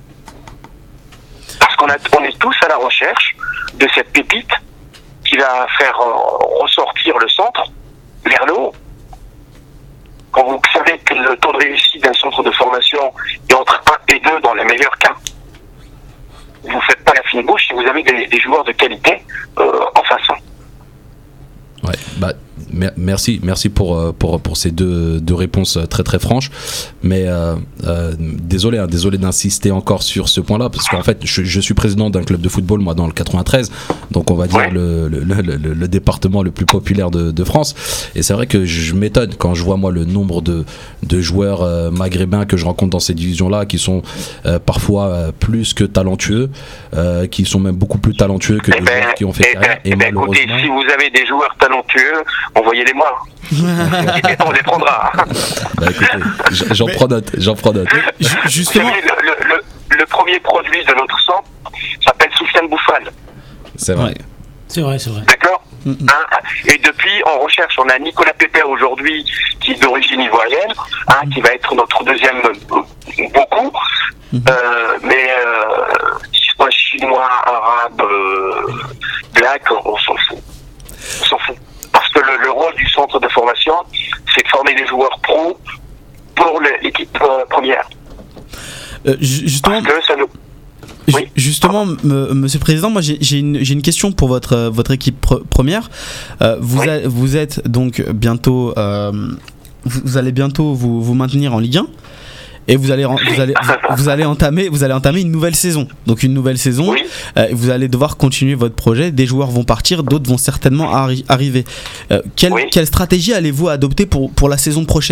Parce qu'on a, on est tous à la recherche de cette pépite qui va faire euh, ressortir le centre vers le haut. Quand vous savez que le taux de réussite d'un centre de formation est entre un et deux dans les meilleurs cas, vous ne faites pas la fine bouche si vous avez des, des joueurs de qualité euh, en face. Ouais, bah, merci, merci pour, pour, pour ces deux, deux réponses très très franches. Mais euh, euh, désolé, hein, désolé d'insister encore sur ce point-là, parce qu'en fait, je, je suis président d'un club de football, moi, dans le quatre-vingt-treize, donc on va dire ouais. le, le, le, le, le département le plus populaire de, de France. Et c'est vrai que je m'étonne quand je vois, moi, le nombre de, de joueurs euh, maghrébins que je rencontre dans ces divisions-là, qui sont euh, parfois euh, plus que talentueux, euh, qui sont même beaucoup plus talentueux que des ben, joueurs qui ont fait carrière. Et, et ben, malheureusement... écoutez, si vous avez des joueurs talentueux, envoyez-les-moi. On les prendra. Bah, écoutez, j'en Mais... prends note. J'en prends note. Justement, le, le, le, le premier produit de notre centre s'appelle Soufiane Bouffal. C'est vrai. Ouais. C'est vrai, c'est vrai. D'accord. Mm-hmm. Hein, et depuis, on recherche. On a Nicolas Pépé aujourd'hui, qui est d'origine ivoirienne, hein, mm-hmm. qui va être notre deuxième euh, beaucoup. Mm-hmm. Euh, mais euh, soit chinois, arabe, euh, black, on s'en fout. On s'en fout. Parce que le, le rôle du centre de formation, c'est de former des joueurs pros pour le, l'équipe euh, première. Euh, justement, Parce que ça nous... Oui. Justement, m- Monsieur le Président, moi j'ai, j'ai, une, j'ai une question pour votre, votre équipe pr- première. Euh, vous, Oui. a- vous êtes donc bientôt, euh, vous, vous allez bientôt vous, vous maintenir en Ligue un. Et vous allez, vous, allez, vous, allez entamer, vous allez entamer une nouvelle saison. Donc une nouvelle saison, Oui. euh, vous allez devoir continuer votre projet. Des joueurs vont partir, d'autres vont certainement arri- arriver. Euh, quelle, Oui. quelle stratégie allez-vous adopter pour, pour la saison prochaine ?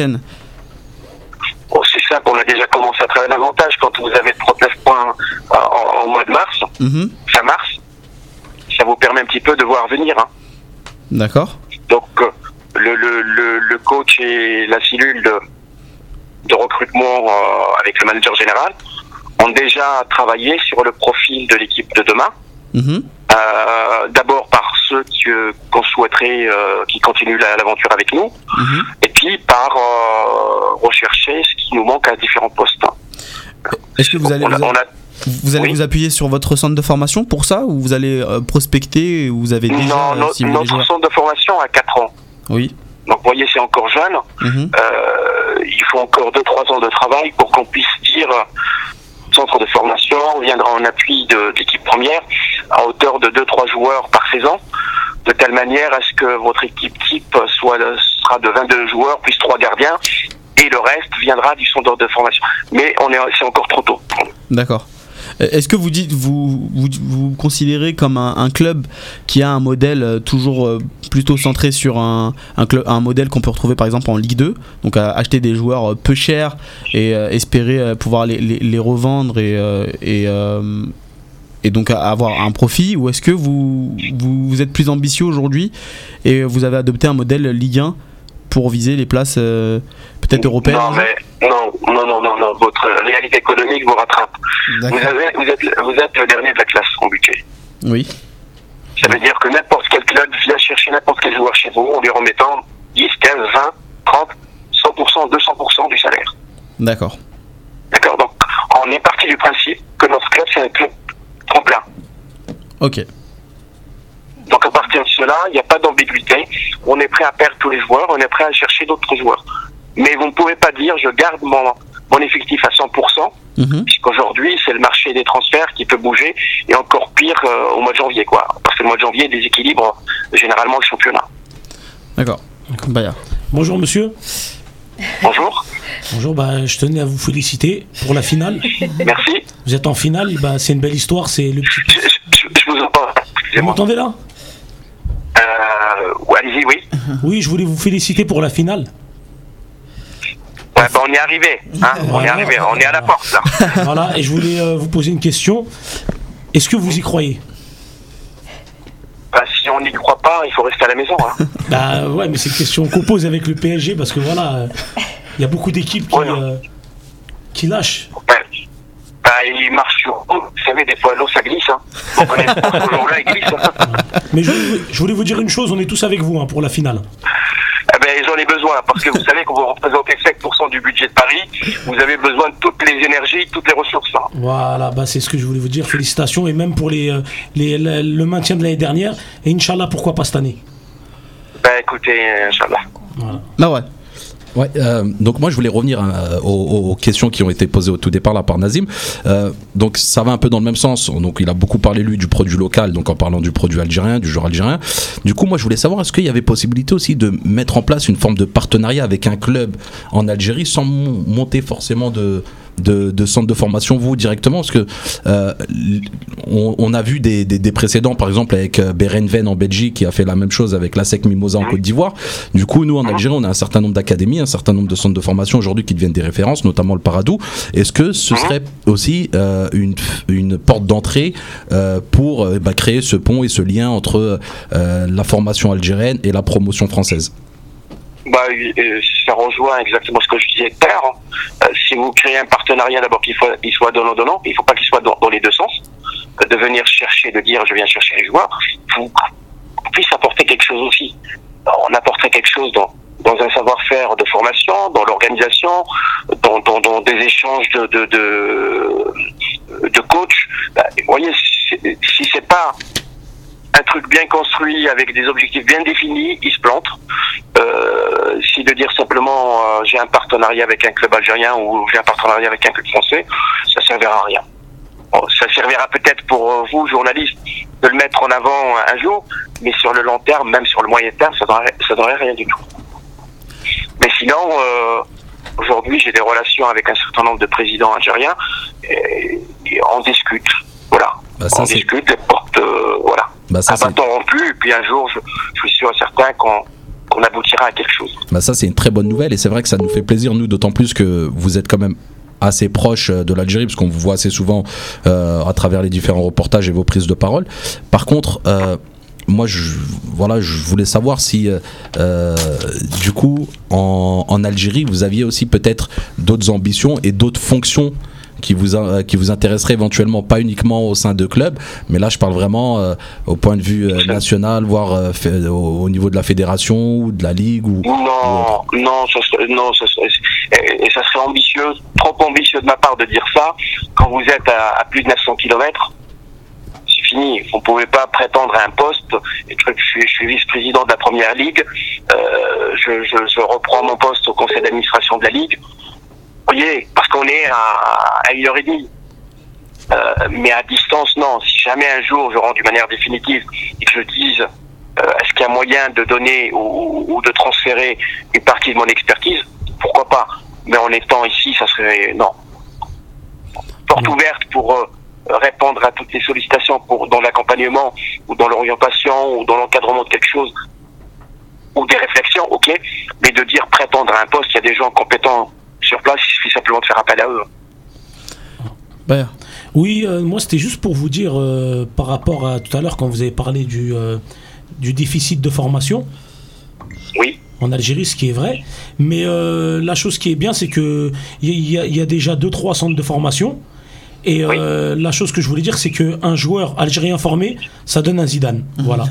Bon, c'est ça qu'on a déjà commencé à travailler davantage quand vous avez trente-neuf points en, en mois de mars, Mhm. fin mars. Ça vous permet un petit peu de voir venir. Hein. D'accord. Donc euh, le, le, le, le coach et la cellule de, de recrutement euh, avec le manager général ont déjà travaillé sur le profil de l'équipe de demain. Mhm. Euh, d'abord par ceux qui, euh, qu'on souhaiterait euh, qui continuent la- l'aventure avec nous, Mhm. et puis par euh, rechercher ce qui nous manque à différents postes. Est-ce que vous allez, on a, vous, on a- vous allez oui. vous appuyer sur votre centre de formation pour ça, ou vous allez euh, prospecter, ou vous avez déjà non, euh, no- si vous voulez notre jouer centre de formation a quatre ans. Oui. Donc vous voyez, c'est encore jeune. Mhm. Euh, il faut encore deux trois ans de travail pour qu'on puisse dire euh, centre de formation viendra en appui de, de l'équipe première à hauteur de deux trois joueurs par saison, de telle manière à ce que votre équipe type soit sera de vingt-deux joueurs plus trois gardiens, et le reste viendra du centre de formation. Mais on est c'est encore trop tôt. D'accord. Euh, Est-ce que vous dites, vous vous, vous considérez comme un, un club qui a un modèle euh, toujours euh, plutôt centré sur un, un, club, un modèle qu'on peut retrouver par exemple en Ligue deux, donc à acheter des joueurs euh, peu chers et euh, espérer euh, pouvoir les, les, les revendre et, euh, et, euh, et donc à avoir un profit, ou est-ce que vous, vous, vous êtes plus ambitieux aujourd'hui et vous avez adopté un modèle Ligue un pour viser les places euh, peut-être européennes? Non, mais non, non, non, non, non. Votre réalité économique vous rattrape. Vous, D'accord. avez, vous, êtes, vous êtes le dernier de la classe en budget. Oui. Ça veut dire que n'importe quel club vient chercher n'importe quel joueur chez vous en lui remettant dix, quinze, vingt, trente, cent pour cent, deux cents pour cent du salaire. D'accord. D'accord? Donc, on est parti du principe que notre club, c'est un club tremplin. Ok. Donc, à partir de cela, il n'y a pas d'ambiguïté. On est prêt à perdre tous les joueurs, on est prêt à chercher d'autres joueurs. Mais vous ne pouvez pas dire, je garde mon, mon effectif à cent pour cent, Mhm. puisqu'aujourd'hui, c'est le marché des transferts qui peut bouger, et encore pire euh, au mois de janvier, quoi. Parce que le mois de janvier déséquilibre euh, généralement le championnat. D'accord. Baya. Bonjour monsieur. Bonjour, Bonjour, bah, je tenais à vous féliciter pour la finale. merci. Vous êtes en finale, et bah, c'est une belle histoire, c'est le petit... Je, je- je vous entends, Vous excusez-moi. m'entendez là? Euh, ouais, allez-y, oui. Oui, je voulais vous féliciter pour la finale. Ouais, bah, on y est arrivé, hein, on est Voilà. arrivé, on est à la porte, là. Voilà, et je voulais euh, vous poser une question. Est-ce que vous y croyez? Bah, si on n'y croit pas, il faut rester à la maison, hein. Bah ouais, mais c'est une question qu'on pose avec le P S G, parce que voilà, il y a beaucoup d'équipes qui, Ouais. euh, qui lâchent. Ouais. Bah, il marche sur l'eau, vous savez, des fois l'eau ça glisse, hein. On connaît pas ce jour-là, il glisse, hein. Mais je voulais, je voulais vous dire une chose, on est tous avec vous hein, pour la finale. Eh ben, j'en ai besoin, parce que vous savez, quand vous représentez cinq pour cent du budget de Paris, vous avez besoin de toutes les énergies, toutes les ressources, hein. Voilà, bah c'est ce que je voulais vous dire. Félicitations, et même pour les, euh, les, le, le maintien de l'année dernière. Et Inch'Allah, pourquoi pas cette année? Bah, écoutez, Inch'Allah. Voilà. Ah ouais. Ouais, euh, donc moi je voulais revenir euh, aux, aux questions qui ont été posées au tout départ là par Nazim. Euh, donc ça va un peu dans le même sens. Donc il a beaucoup parlé lui du produit local, donc en parlant du produit algérien, du joueur algérien. Du coup moi je voulais savoir, est-ce qu'il y avait possibilité aussi de mettre en place une forme de partenariat avec un club en Algérie sans mon- monter forcément de de, de centre de formation vous directement, parce que euh, on, on a vu des, des, des précédents, par exemple avec euh, Berenven en Belgique qui a fait la même chose avec la SEC Mimosa en Côte d'Ivoire. Du coup nous en Algérie on a un certain nombre d'académies, un certain nombre de centres de formation aujourd'hui qui deviennent des références, notamment le Paradou. Est-ce que ce serait aussi euh, une, une porte d'entrée euh, pour euh, bah, créer ce pont et ce lien entre euh, la formation algérienne et la promotion française? Bah, euh, ça rejoint exactement ce que je disais tout à l'heure, hein. Euh, si vous créez un partenariat, d'abord qu'il faut, il soit donnant-donnant, il ne faut pas qu'il soit dans, dans les deux sens. Euh, de venir chercher, de dire je viens chercher les joueurs, il faut qu'on puisse apporter quelque chose aussi. Alors, on apporterait quelque chose dans, dans un savoir-faire de formation, dans l'organisation, dans, dans, dans des échanges de, de, de, de coach. Bah, vous voyez, c'est- si c'est pas un truc bien construit avec des objectifs bien définis, il se plante. Euh, si de dire simplement euh, j'ai un partenariat avec un club algérien ou j'ai un partenariat avec un club français, ça ne servira à rien. bon, ça servira peut-être pour vous, journalistes, de le mettre en avant un jour, mais sur le long terme, même sur le moyen terme, ça donnerait, ça donnerait rien du tout. Mais sinon, euh, aujourd'hui, j'ai des relations avec un certain nombre de présidents algériens et, et on discute. Voilà. Bah ça, on c'est... discute, les portes, euh, voilà. Bah ça, un c'est... bâton rompu, et puis un jour, je, je suis sûr et certain qu'on, qu'on aboutira à quelque chose. Bah ça, c'est une très bonne nouvelle et c'est vrai que ça nous fait plaisir, nous, d'autant plus que vous êtes quand même assez proche de l'Algérie, parce qu'on vous voit assez souvent euh, à travers les différents reportages et vos prises de parole. Par contre, euh, moi, je, voilà, je voulais savoir si, euh, du coup, en, en Algérie, vous aviez aussi peut-être d'autres ambitions et d'autres fonctions qui vous, euh, qui vous intéresseraient éventuellement, pas uniquement au sein de clubs, mais là, je parle vraiment euh, au point de vue euh, national, voire euh, fait, au, au niveau de la fédération ou de la ligue ou, Non, ou non, ça serait, non ça serait, et, et ça serait ambitieux, trop ambitieux de ma part de dire ça, quand vous êtes à, à plus de neuf cents kilomètres. Fini. Vous ne pouvez pas prétendre à un poste. Et je, suis, je suis vice-président de la première ligue. Euh, je, je, je reprends mon poste au conseil d'administration de la ligue. Vous voyez, parce qu'on est à, à une heure et demie. Euh, mais à distance, non. Si jamais un jour je rends d'une manière définitive et que je dise euh, est-ce qu'il y a moyen de donner ou, ou de transférer une partie de mon expertise, pourquoi pas. Mais en étant ici, ça serait non. Porte ouverte pour euh, répondre à toutes les sollicitations pour, dans l'accompagnement ou dans l'orientation ou dans l'encadrement de quelque chose ou des réflexions, ok, mais de dire prétendre à un poste, il y a des gens compétents sur place, il suffit simplement de faire appel à eux. Ben, oui, euh, moi c'était juste pour vous dire euh, par rapport à tout à l'heure quand vous avez parlé du, euh, du déficit de formation. Oui. En Algérie, ce qui est vrai, mais euh, la chose qui est bien, c'est que il y, y, y a déjà deux trois centres de formation. Et euh, oui. La chose que je voulais dire, c'est qu'un joueur algérien formé, ça donne un Zidane. Voilà.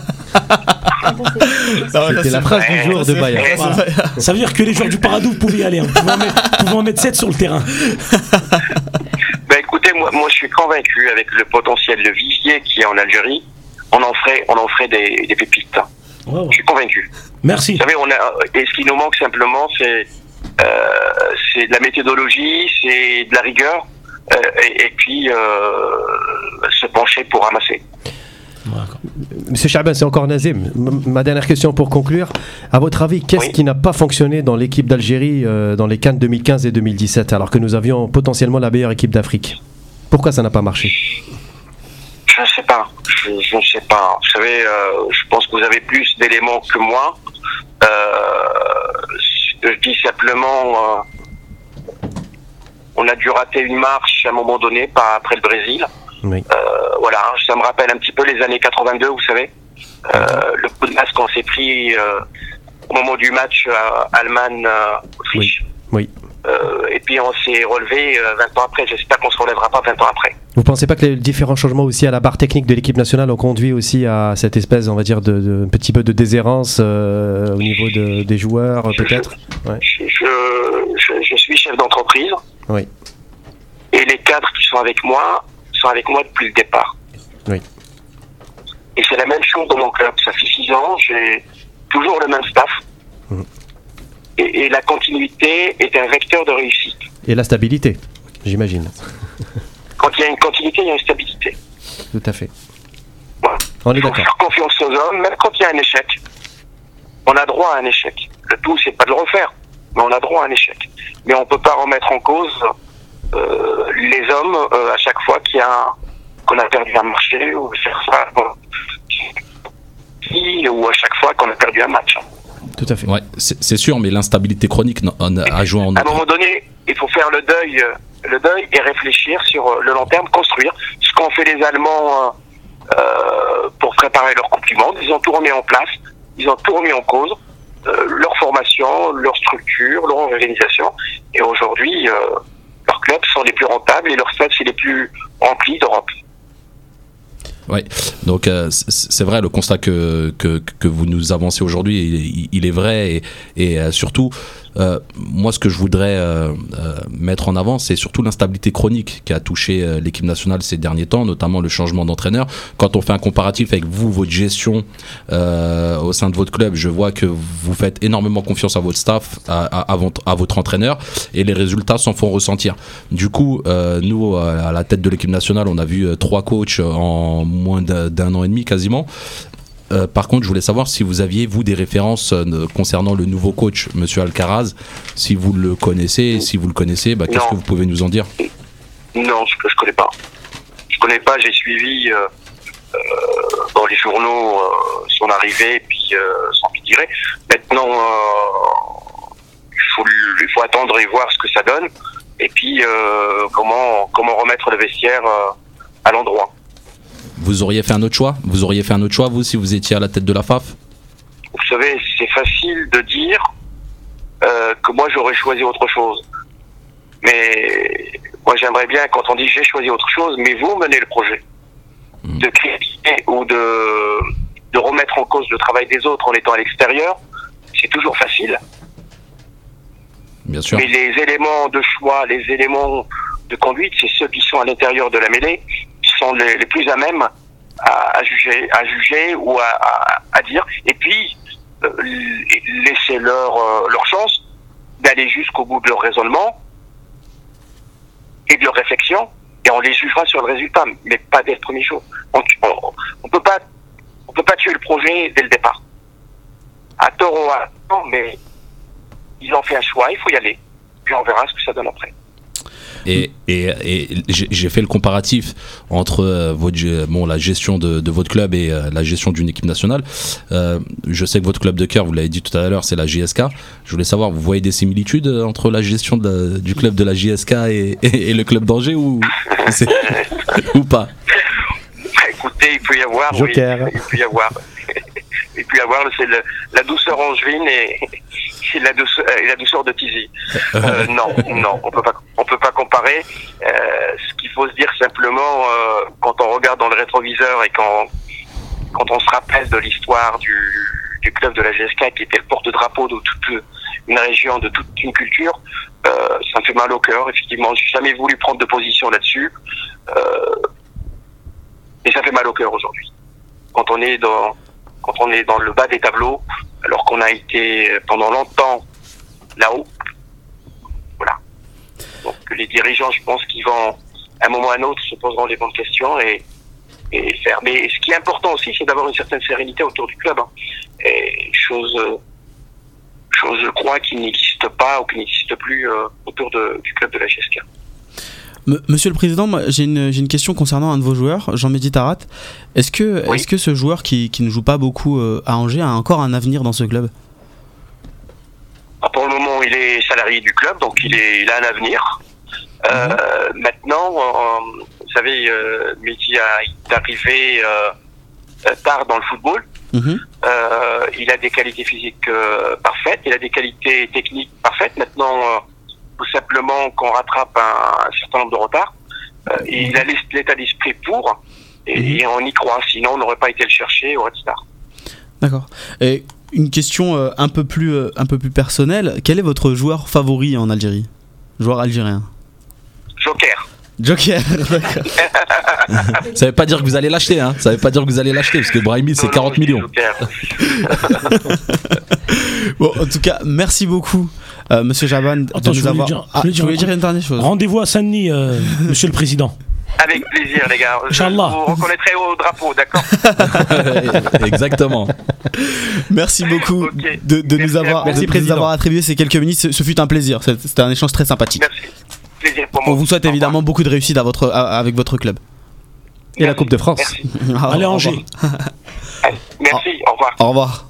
C'était la phrase du jour de Bayern. Voilà. Ça veut dire que les joueurs du Paradou, vous pouvez y aller. Hein. Vous pouvez en mettre, vous pouvez en mettre sept sur le terrain. Ben écoutez, moi, moi je suis convaincu avec le potentiel, le vivier qui est en Algérie, on en ferait, on en ferait des, des pépites. Ouais, ouais. Je suis convaincu. Merci. Vous savez, on a, et ce qui nous manque simplement, c'est, euh, c'est de la méthodologie, c'est de la rigueur. Euh, et, et puis euh, se pencher pour ramasser. Monsieur Chaban, c'est encore Nazim. Ma dernière question pour conclure. À votre avis, qu'est-ce oui. qui n'a pas fonctionné dans l'équipe d'Algérie euh, dans les CAN deux mille quinze et deux mille dix-sept, alors que nous avions potentiellement la meilleure équipe d'Afrique? Pourquoi ça n'a pas marché? Je ne sais pas. Je, je ne sais pas. Vous savez, euh, je pense que vous avez plus d'éléments que moi. Euh, je dis simplement. Euh, On a dû rater une marche à un moment donné, pas après le Brésil. Oui. Euh, voilà, ça me rappelle un petit peu les années quatre-vingt-deux, vous savez. Euh, le coup de masse qu'on s'est pris euh, au moment du match euh, Allemagne-Autriche. Oui. oui. Euh, et puis on s'est relevé euh, vingt ans après. J'espère qu'on se relèvera pas vingt ans après. Vous pensez pas que les différents changements aussi à la barre technique de l'équipe nationale ont conduit aussi à cette espèce, on va dire, de, de un petit peu de déshérence euh, au niveau de, des joueurs, je, peut-être je, ouais. je, je, je suis chef d'entreprise. Oui. Et les cadres qui sont avec moi sont avec moi depuis le départ. Oui. Et c'est la même chose dans mon club. Ça fait six ans, j'ai toujours le même staff. Mmh. Et, et la continuité est un vecteur de réussite. Et la stabilité, j'imagine. Quand il y a une continuité, il y a une stabilité. Tout à fait. Voilà. On est il faut d'accord. faire confiance aux hommes, même quand il y a un échec. On a droit à un échec. Le tout, c'est pas de le refaire, mais on a droit à un échec. Mais on ne peut pas remettre en cause euh, les hommes euh, à chaque fois qu'il y a un, qu'on a perdu un marché ou faire ça, bon, ou à chaque fois qu'on a perdu un match. Tout à fait. Ouais, c'est, c'est sûr, mais l'instabilité chronique a joué en. À un moment donné, il faut faire le deuil, le deuil et réfléchir sur le long terme, construire ce qu'ont fait les Allemands euh, pour préparer leur Coupe du Monde. Ils ont tout remis en place, ils ont tout remis en cause. Euh, leur formation, leur structure, leur organisation. Et aujourd'hui, euh, leurs clubs sont les plus rentables et leurs stades c'est les plus remplis d'Europe. Oui, donc euh, c'est vrai, le constat que, que, que vous nous avancez aujourd'hui, il, il est vrai et, et euh, surtout, Euh, moi, ce que je voudrais euh, euh, mettre en avant, c'est surtout l'instabilité chronique qui a touché euh, l'équipe nationale ces derniers temps, notamment le changement d'entraîneur. Quand on fait un comparatif avec vous, votre gestion euh, au sein de votre club, je vois que vous faites énormément confiance à votre staff, à, à, à, votre, à votre entraîneur, et les résultats s'en font ressentir. Du coup, euh, nous, à la tête de l'équipe nationale, on a vu euh, trois coachs en moins d'un, d'un an et demi quasiment. Euh, par contre, je voulais savoir si vous aviez, vous, des références euh, concernant le nouveau coach, Monsieur Alcaraz, si vous le connaissez, si vous le connaissez, bah, qu'est-ce que vous pouvez nous en dire? Non, je ne connais pas. Je connais pas, j'ai suivi euh, euh, dans les journaux euh, son arrivée, puis euh, son pitié. Maintenant, euh, il faut, il faut attendre et voir ce que ça donne, et puis euh, comment, comment remettre le vestiaire euh, à l'endroit. Vous auriez fait un autre choix? Vous auriez fait un autre choix, vous, si vous étiez à la tête de la F A F? Vous savez, c'est facile de dire euh, que moi j'aurais choisi autre chose. Mais moi j'aimerais bien, quand on dit j'ai choisi autre chose, mais vous menez le projet. Mmh. De critiquer ou de, de remettre en cause le travail des autres en étant à l'extérieur, c'est toujours facile. Bien sûr. Mais les éléments de choix, les éléments de conduite, c'est ceux qui sont à l'intérieur de la mêlée, qui sont les, les plus à même à, à juger, à juger ou à, à, à dire. Et puis euh, laisser leur euh, leur chance d'aller jusqu'au bout de leur raisonnement et de leur réflexion, et on les jugera sur le résultat, mais pas dès le premier jour. On, on, on peut pas, on peut pas tuer le projet dès le départ. À tort ou à tort, mais ils ont fait un choix, il faut y aller. Puis on verra ce que ça donne après. Et, et, et j'ai fait le comparatif entre euh, votre, bon, la gestion de, de votre club et euh, la gestion d'une équipe nationale. Euh, je sais que votre club de cœur, vous l'avez dit tout à l'heure, c'est la J S K. Je voulais savoir, vous voyez des similitudes entre la gestion de la, du club de la J S K et, et, et le club d'Angers ou, ou pas? Écoutez, il peut y avoir, Joker. Oui, il peut y avoir. Il peut y avoir, c'est le, la douceur angevine et, et, la, douceur, et la douceur de Tizi. Euh, non, non, on peut pas, on peut pas comparer. Euh, ce qu'il faut se dire simplement, euh, quand on regarde dans le rétroviseur et quand, quand on se rappelle de l'histoire du, du club de la G S K qui était le porte-drapeau de toute une région, de toute une culture, euh, ça me fait mal au cœur. Effectivement, j'ai jamais voulu prendre de position là-dessus, euh, et ça fait mal au cœur aujourd'hui. Quand on est dans quand on est dans le bas des tableaux, alors qu'on a été pendant longtemps là-haut. Voilà. Donc les dirigeants, je pense qu'ils vont, à un moment ou à un autre, se poseront les bonnes questions et, et faire. Mais ce qui est important aussi, c'est d'avoir une certaine sérénité autour du club. Hein. Et chose, chose, je crois, qui n'existe pas ou qui n'existe plus euh, autour de, du club de la G S K. Monsieur le Président, moi, j'ai, une, j'ai une question concernant un de vos joueurs, Jean-Mehdi Tarat. Est-ce que, oui. est-ce que ce joueur qui, qui ne joue pas beaucoup euh, à Angers a encore un avenir dans ce club? ah, Pour le moment, il est salarié du club, donc il, est, il a un avenir. Euh, mmh. Maintenant, euh, vous savez, euh, Mehdi est arrivé euh, tard dans le football. Mmh. Euh, il a des qualités physiques euh, parfaites, il a des qualités techniques parfaites. Maintenant... Euh, tout simplement qu'on rattrape un, un certain nombre de retards. Euh, et il a l'état d'esprit pour, et, mmh. et on y croit, sinon on n'aurait pas été le chercher au Red Star. D'accord. Et une question euh, un peu plus, euh, un peu plus personnelle, quel est votre joueur favori en Algérie? Joueur algérien? Joker. Joker, d'accord. Ça veut pas dire que vous allez l'acheter, hein. Ça veut pas dire que vous allez l'acheter, parce que Brahimi c'est non, quarante millions. Bon, en tout cas, merci beaucoup. Euh, Monsieur Jaban, Attends, de nous avoir. Dire, ah, je voulais dire une dernière chose. Rendez-vous à Saint-Denis, euh, Monsieur le Président. Avec plaisir, les gars. Inch'Allah. Vous reconnaîtrez au drapeau, d'accord? Exactement. Merci beaucoup okay. de, de nous avoir, merci, de, de nous avoir attribué ces quelques minutes. Ce, ce fut un plaisir. C'était un échange très sympathique. Merci. Plaisir pour moi. On vous souhaite évidemment beaucoup de réussite à votre, à, avec votre club. Et merci. La Coupe de France. Merci. Allez, Angers. Merci, au revoir. Au revoir.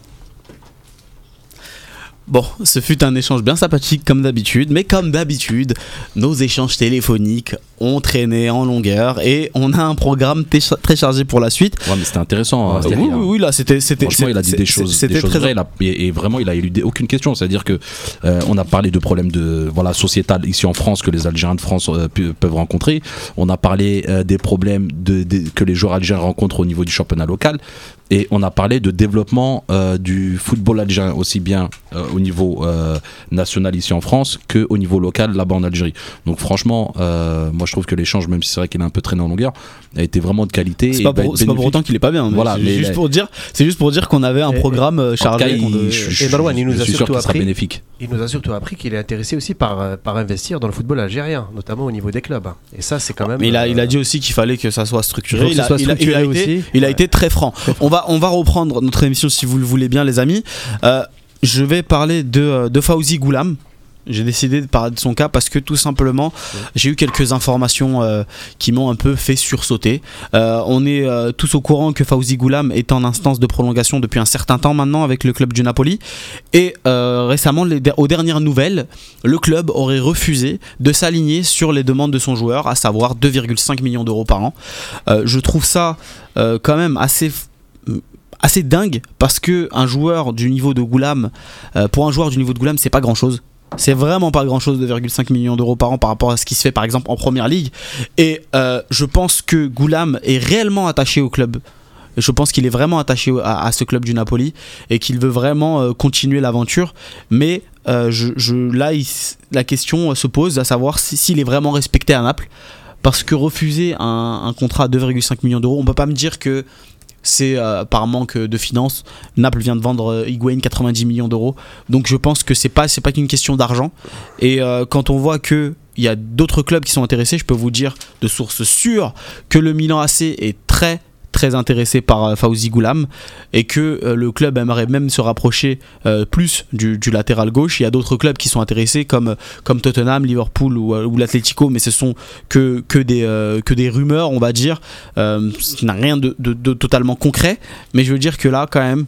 Bon, ce fut un échange bien sympathique comme d'habitude, mais comme d'habitude, nos échanges téléphoniques ont traîné en longueur et on a un programme t- très chargé pour la suite. Ouais, mais c'était intéressant. Euh, oui, oui, oui, là, c'était, c'était. Franchement, il a dit des choses, des choses vraies, là, et, et vraiment, il a éludé aucune question. C'est-à-dire que euh, on a parlé de problèmes de voilà sociétal ici en France que les Algériens de France euh, p- peuvent rencontrer. On a parlé euh, des problèmes de, de, que les joueurs algériens rencontrent au niveau du championnat local. Et on a parlé de développement euh, du football algérien, aussi bien euh, au niveau euh, national ici en France qu'au niveau local là-bas en Algérie. Donc franchement, euh, moi je trouve que l'échange, même si c'est vrai qu'il a un peu traîné en longueur, a été vraiment de qualité. C'est, pas pour, c'est pas pour autant qu'il est pas bien. Voilà, c'est, mais juste là, pour dire, c'est juste pour dire qu'on avait un et, programme chargé. Cas, de... je, je, et Marwan, il nous je a suis sûr surtout qu'il sera appris, bénéfique. Il nous a surtout appris qu'il est intéressé aussi par, par investir dans le football algérien, notamment au niveau des clubs. Et ça, c'est quand même. Mais il a, euh, il a dit aussi qu'il fallait que ça soit structuré. Il, il, a, soit structuré il, a, il, a, aussi. été, il a ouais. été très franc. très franc. On va, on va reprendre notre émission si vous le voulez bien, les amis. Euh, je vais parler de, de Fawzi Goulam. J'ai décidé de parler de son cas parce que tout simplement j'ai eu quelques informations euh, qui m'ont un peu fait sursauter. Euh, on est euh, tous au courant que Fawzi Goulam est en instance de prolongation depuis un certain temps maintenant avec le club du Napoli et euh, récemment les, aux dernières nouvelles le club aurait refusé de s'aligner sur les demandes de son joueur, à savoir deux virgule cinq millions d'euros par an. Euh, je trouve ça euh, quand même assez assez dingue parce que un joueur du niveau de Goulam euh, pour un joueur du niveau de Goulam c'est pas grand chose. C'est vraiment pas grand chose, deux virgule cinq millions d'euros par an par rapport à ce qui se fait par exemple en première ligue. Et euh, je pense que Goulam est réellement attaché au club. Je pense qu'il est vraiment attaché à, à ce club du Napoli et qu'il veut vraiment euh, continuer l'aventure. Mais euh, je, je, là, il, la question se pose à savoir si, s'il est vraiment respecté à Naples. Parce que refuser un, un contrat à deux virgule cinq millions d'euros, on peut pas me dire que c'est euh, par manque de finances. Naples vient de vendre euh, Higuaín quatre-vingt-dix millions d'euros, donc je pense que c'est pas c'est pas qu'une question d'argent. Et euh, quand on voit que il y a d'autres clubs qui sont intéressés, je peux vous dire de source sûre que le Milan A C est très très intéressé par euh, Fawzi Goulam et que euh, le club aimerait même se rapprocher euh, plus du, du latéral gauche. Il y a d'autres clubs qui sont intéressés comme, comme Tottenham, Liverpool ou, ou l'Atlético, mais ce sont que, que, des, euh, que des rumeurs, on va dire. Euh, ça n'a rien de, de, de totalement concret, mais je veux dire que là quand même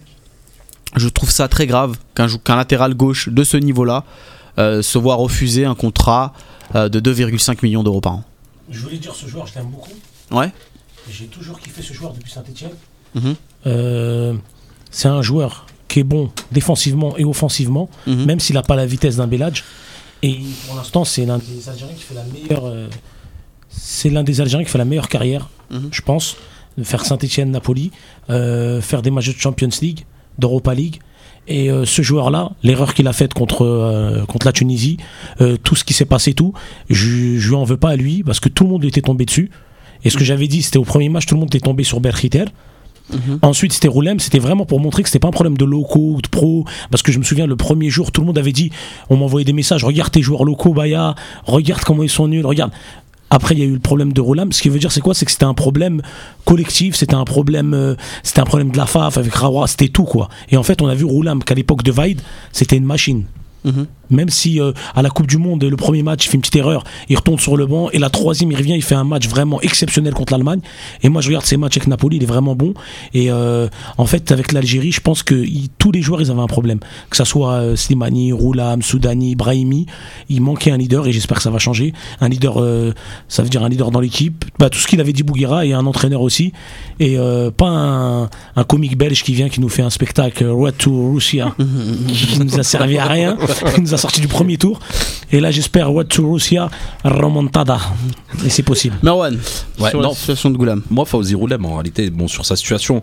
je trouve ça très grave qu'un, qu'un latéral gauche de ce niveau-là euh, se voit refuser un contrat euh, de deux virgule cinq millions d'euros par an. Je voulais dire, ce joueur je l'aime beaucoup. Ouais. J'ai toujours kiffé ce joueur depuis Saint-Etienne. Mmh. Euh, c'est un joueur qui est bon défensivement et offensivement, mmh. même s'il n'a pas la vitesse d'un Belhadj. Et pour l'instant, c'est l'un des Algériens qui fait la meilleure, euh, c'est l'un des Algériens qui fait la meilleure carrière, mmh. je pense, de faire Saint-Etienne-Napoli, euh, faire des matchs de Champions League, d'Europa League. Et euh, ce joueur-là, l'erreur qu'il a faite contre, euh, contre la Tunisie, euh, tout ce qui s'est passé, tout, je, je lui en veux pas à lui parce que tout le monde lui était tombé dessus. Et ce que j'avais dit, c'était au premier match, tout le monde était tombé sur Berkhiter. Mmh. Ensuite, c'était Roulem. C'était vraiment pour montrer que c'était pas un problème de locaux ou de pro. Parce que je me souviens, le premier jour, tout le monde avait dit, on m'envoyait des messages, regarde tes joueurs locaux, Baya, regarde comment ils sont nuls, regarde. Après, il y a eu le problème de Roulem. Ce qui veut dire, c'est quoi? C'est que c'était un problème collectif, c'était un problème, euh, c'était un problème de la F A F avec Rawa, c'était tout, quoi. Et en fait, on a vu Roulem qu'à l'époque de Vaid, c'était une machine. Mmh. Même si euh, à la Coupe du Monde, le premier match, il fait une petite erreur, il retourne sur le banc, et la troisième, il revient, il fait un match vraiment exceptionnel contre l'Allemagne. Et moi, je regarde ces matchs avec Napoli, il est vraiment bon. Et euh, en fait, avec l'Algérie, je pense que il, tous les joueurs, ils avaient un problème. Que ça soit euh, Slimani, Roulam, Soudani, Brahimi, il manquait un leader, et j'espère que ça va changer. Un leader, euh, ça veut dire un leader dans l'équipe. Bah, tout ce qu'il avait dit Bouguera, et un entraîneur aussi. Et euh, pas un, un comique belge qui vient, qui nous fait un spectacle, Road to Russia, qui nous a servi à rien. Il nous a sorti du premier tour. Et là, j'espère What to Russia, remontada. Et c'est possible. Merwan, ouais, sur non, la situation de Goulam. Moi, Fawzi Roulem, en réalité, bon, sur sa situation,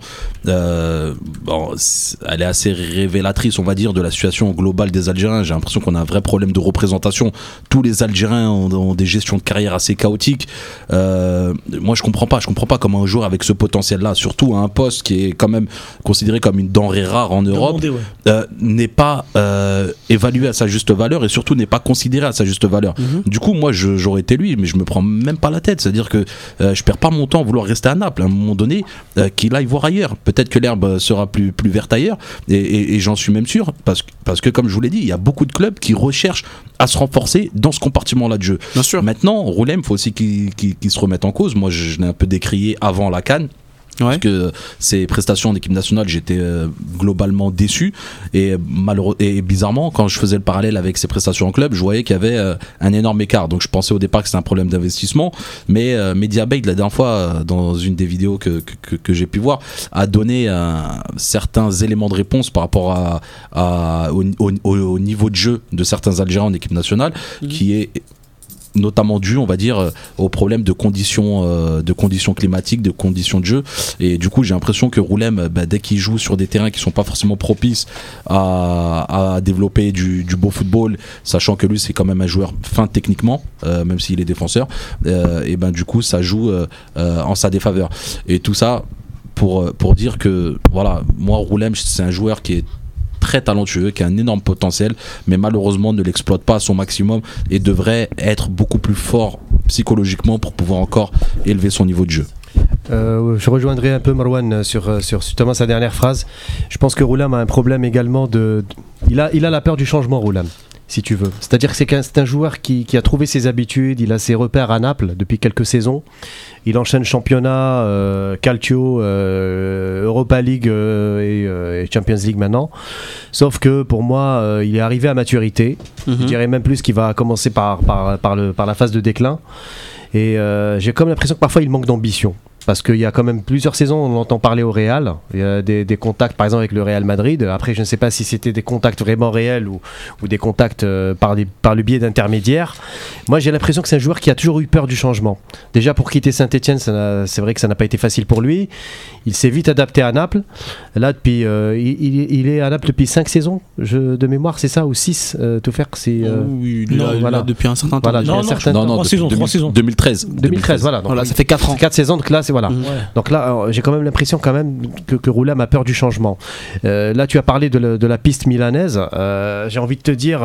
euh, bon, elle est assez révélatrice, on va dire, de la situation globale des Algériens. J'ai l'impression qu'on a un vrai problème de représentation. Tous les Algériens ont, ont des gestions de carrière assez chaotiques. Euh, moi, je comprends pas. Je comprends pas comment un joueur avec ce potentiel-là, surtout à un poste qui est quand même considéré comme une denrée rare en Europe, Demandez, ouais. euh, n'est pas euh, évalué à sa juste valeur et surtout n'est pas considéré à sa juste valeur. Mmh. Du coup, moi, je, j'aurais été lui, mais je me prends même pas la tête. C'est-à-dire que euh, je perds pas mon temps à vouloir rester à Naples. À un moment donné, euh, qu'il aille voir ailleurs. Peut-être que l'herbe sera plus, plus verte ailleurs, et, et, et j'en suis même sûr, parce que, parce que comme je vous l'ai dit, il y a beaucoup de clubs qui recherchent à se renforcer dans ce compartiment-là de jeu. Bien sûr. Maintenant, Roulem, il faut aussi qu'il, qu'il, qu'il se remette en cause. Moi, je, je l'ai un peu décrié avant la CAN. Ouais. Parce que ses prestations en équipe nationale, j'étais euh, globalement déçu, et, malheureux, et bizarrement, quand je faisais le parallèle avec ses prestations en club, je voyais qu'il y avait euh, un énorme écart. Donc je pensais au départ que c'était un problème d'investissement, mais euh, Mediabase, la dernière fois, euh, dans une des vidéos que, que, que j'ai pu voir, a donné euh, certains éléments de réponse par rapport à, à, au, au, au niveau de jeu de certains Algériens en équipe nationale, mmh. qui est notamment dû, on va dire, aux problèmes de conditions, euh, de conditions climatiques, de conditions de jeu. Et du coup, j'ai l'impression que Roulem, bah, dès qu'il joue sur des terrains qui sont pas forcément propices à, à développer du, du beau football, sachant que lui, c'est quand même un joueur fin techniquement, euh, même s'il est défenseur, euh, et ben du coup, ça joue euh, euh, en sa défaveur. Et tout ça pour pour dire que voilà, moi, Roulem, c'est un joueur qui est très talentueux, qui a un énorme potentiel, mais malheureusement ne l'exploite pas à son maximum et devrait être beaucoup plus fort psychologiquement pour pouvoir encore élever son niveau de jeu. Euh, je rejoindrai un peu Marwan sur, sur justement sa dernière phrase. Je pense que Roulam a un problème également de, de il, a, il a la peur du changement, Roulam, si tu veux. C'est-à-dire que c'est, qu'un, c'est un joueur qui, qui a trouvé ses habitudes, il a ses repères à Naples depuis quelques saisons. Il enchaîne championnat, euh, Calcio, euh, Europa League euh, et, euh, et Champions League maintenant. Sauf que pour moi, euh, il est arrivé à maturité. Mm-hmm. Je dirais même plus qu'il va commencer par, par, par, le, par la phase de déclin. Et euh, j'ai comme l'impression que parfois il manque d'ambition. Parce qu'il y a quand même plusieurs saisons, on l'entend parler au Real. Il y a des, des contacts, par exemple, avec le Real Madrid. Après, je ne sais pas si c'était des contacts vraiment réels ou, ou des contacts euh, par, les, par le biais d'intermédiaires. Moi, j'ai l'impression que c'est un joueur qui a toujours eu peur du changement. Déjà, pour quitter Saint-Etienne, c'est vrai que ça n'a pas été facile pour lui. Il s'est vite adapté à Naples. Là, depuis, euh, il, il est à Naples depuis cinq saisons, je, de mémoire, c'est ça, ou six, euh, tout faire. C'est, euh, oui, non, là, voilà. Là, depuis un certain temps. Voilà, non, un non, certain non, temps. non, trois saisons, trois saisons. deux mille treize. deux mille treize, voilà. Donc, voilà, ça fait quatre ans. quatre saisons, donc là, c'est voilà. Ouais. Donc là, alors, j'ai quand même l'impression quand même que, que Roulam a peur du changement. Euh, là, tu as parlé de, le, de la piste milanaise. Euh, j'ai envie de te dire,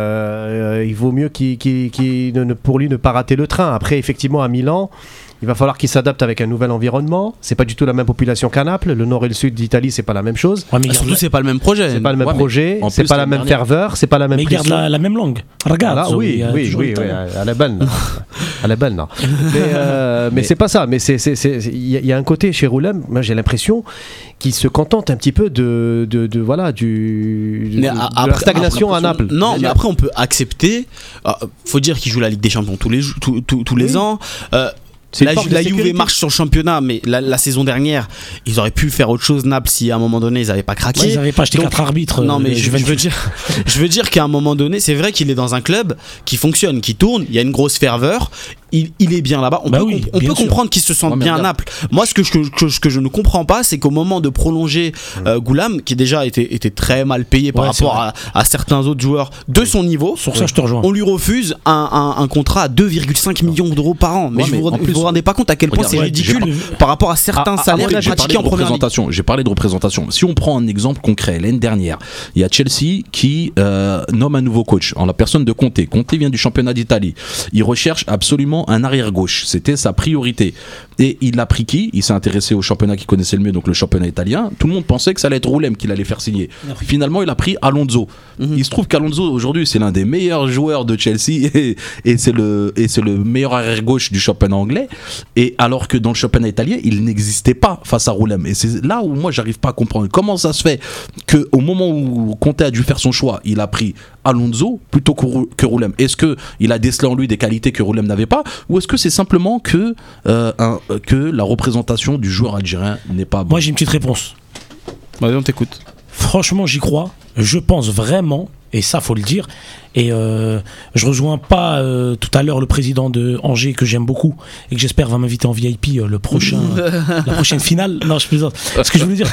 euh, euh, il vaut mieux qu'il, qu'il, qu'il ne, pour lui ne pas rater le train. Après, effectivement, à Milan, il va falloir qu'il s'adapte avec un nouvel environnement. C'est pas du tout la même population qu'à Naples. Le nord et le sud d'Italie, c'est pas la même chose. Ouais, mais ah, surtout, c'est pas le même projet. C'est pas le même ouais, projet. C'est plus, pas la même dernière... ferveur. C'est pas la même. Mais il garde la, la même langue. Regarde. Là, oui, oui, oui, oui, à la bonne. À la bonne, non. Mais, euh, mais, mais c'est pas ça. Mais c'est, c'est, c'est, il y, y a un côté chez Roulam. Moi, j'ai l'impression qu'il se contente un petit peu de, de, de voilà, du, de, mais de après, la stagnation à Naples. Non, mais après, on peut accepter. Euh, faut dire qu'il joue la Ligue des Champions tous les, tous, tous, tous les oui. ans. Euh, La, la Juve marche sur le championnat, mais la, la saison dernière, ils auraient pu faire autre chose, Naples, si à un moment donné ils n'avaient pas craqué. Ouais, ils n'avaient pas acheté quatre arbitres. Non, mais je, je, veux dire, je veux dire qu'à un moment donné, c'est vrai qu'il est dans un club qui fonctionne, qui tourne, il y a une grosse ferveur, il, il est bien là-bas. On bah peut, oui, on peut comprendre qu'il se sente ouais, bien à Naples. Moi, ce que, que, que, que je ne comprends pas, c'est qu'au moment de prolonger euh, Ghoulam, qui déjà était, était très mal payé par ouais, rapport à, à certains autres joueurs de oui. son niveau, sur ça, je te rejoins. On lui refuse un, un, un contrat à deux virgule cinq millions d'euros par an. Mais ouais, je ne vous, vous rendez pas compte à quel point c'est ouais, ridicule par rapport à certains ah, salaires ah, pratiqués en première ligue. J'ai parlé de représentation. Si on prend un exemple concret, l'année dernière, il y a Chelsea qui euh, nomme un nouveau coach en la personne de Conte. Conte vient du championnat d'Italie. Il recherche absolument un arrière-gauche. C'était sa priorité. Et il a pris qui ? Il s'est intéressé au championnat qu'il connaissait le mieux, donc le championnat italien. Tout le monde pensait que ça allait être Roulem qu'il allait faire signer. Finalement, il a pris Alonso. Mm-hmm. Il se trouve qu'Alonso, aujourd'hui, c'est l'un des meilleurs joueurs de Chelsea et, et, c'est, le, et c'est le meilleur arrière-gauche du championnat anglais. Et alors que dans le championnat italien, il n'existait pas face à Roulem. Et c'est là où moi, j'arrive pas à comprendre comment ça se fait qu'au moment où Conte a dû faire son choix, il a pris Alonso plutôt que Roulem. Est-ce qu'il a décelé en lui des qualités que Roulem n'avait pas, ou est-ce que c'est simplement que, euh, un, que la représentation du joueur algérien n'est pas bonne ? Moi, j'ai une petite réponse. Vas-y, on t'écoute. Franchement, j'y crois. Je pense vraiment, et ça, faut le dire. Et euh, je rejoins pas euh, tout à l'heure le président de Angers que j'aime beaucoup et que j'espère va m'inviter en V I P euh, le prochain, la prochaine finale. Non, je plaisante. Ce que je voulais dire,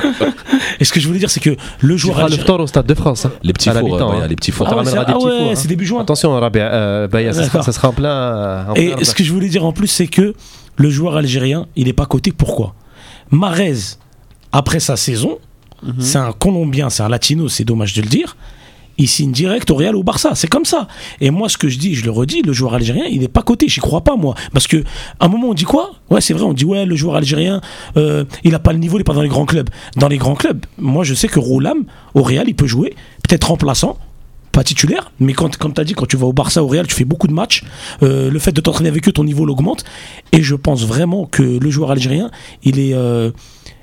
et ce que je voulais dire, c'est que le joueur algérien, le tour au Stade de France. Hein. Les petits fours, euh, ouais, les petits fours. Ah ouais, c'est, ah ouais, fours, c'est hein. début juin. Attention, Rabia, euh, bah, ça, sera, ça sera en plein. En et plein ce que je voulais dire en plus, c'est que le joueur algérien, il est pas coté. Pourquoi ? Mahrez, après sa saison, mm-hmm. c'est un Colombien, c'est un Latino, c'est dommage de le dire. Il signe direct au Real ou au Barça, c'est comme ça. Et moi, ce que je dis, je le redis, le joueur algérien, il n'est pas coté, j'y crois pas, moi. Parce qu'à un moment, on dit quoi ? Ouais, c'est vrai, on dit, ouais, le joueur algérien, euh, il n'a pas le niveau, il n'est pas dans les grands clubs. Dans les grands clubs, moi, je sais que Roulam, au Real, il peut jouer, peut-être remplaçant, pas titulaire, mais quand, comme tu as dit, quand tu vas au Barça, au Real, tu fais beaucoup de matchs. Euh, le fait de t'entraîner avec eux, ton niveau l'augmente. Et je pense vraiment que le joueur algérien, il est... Euh,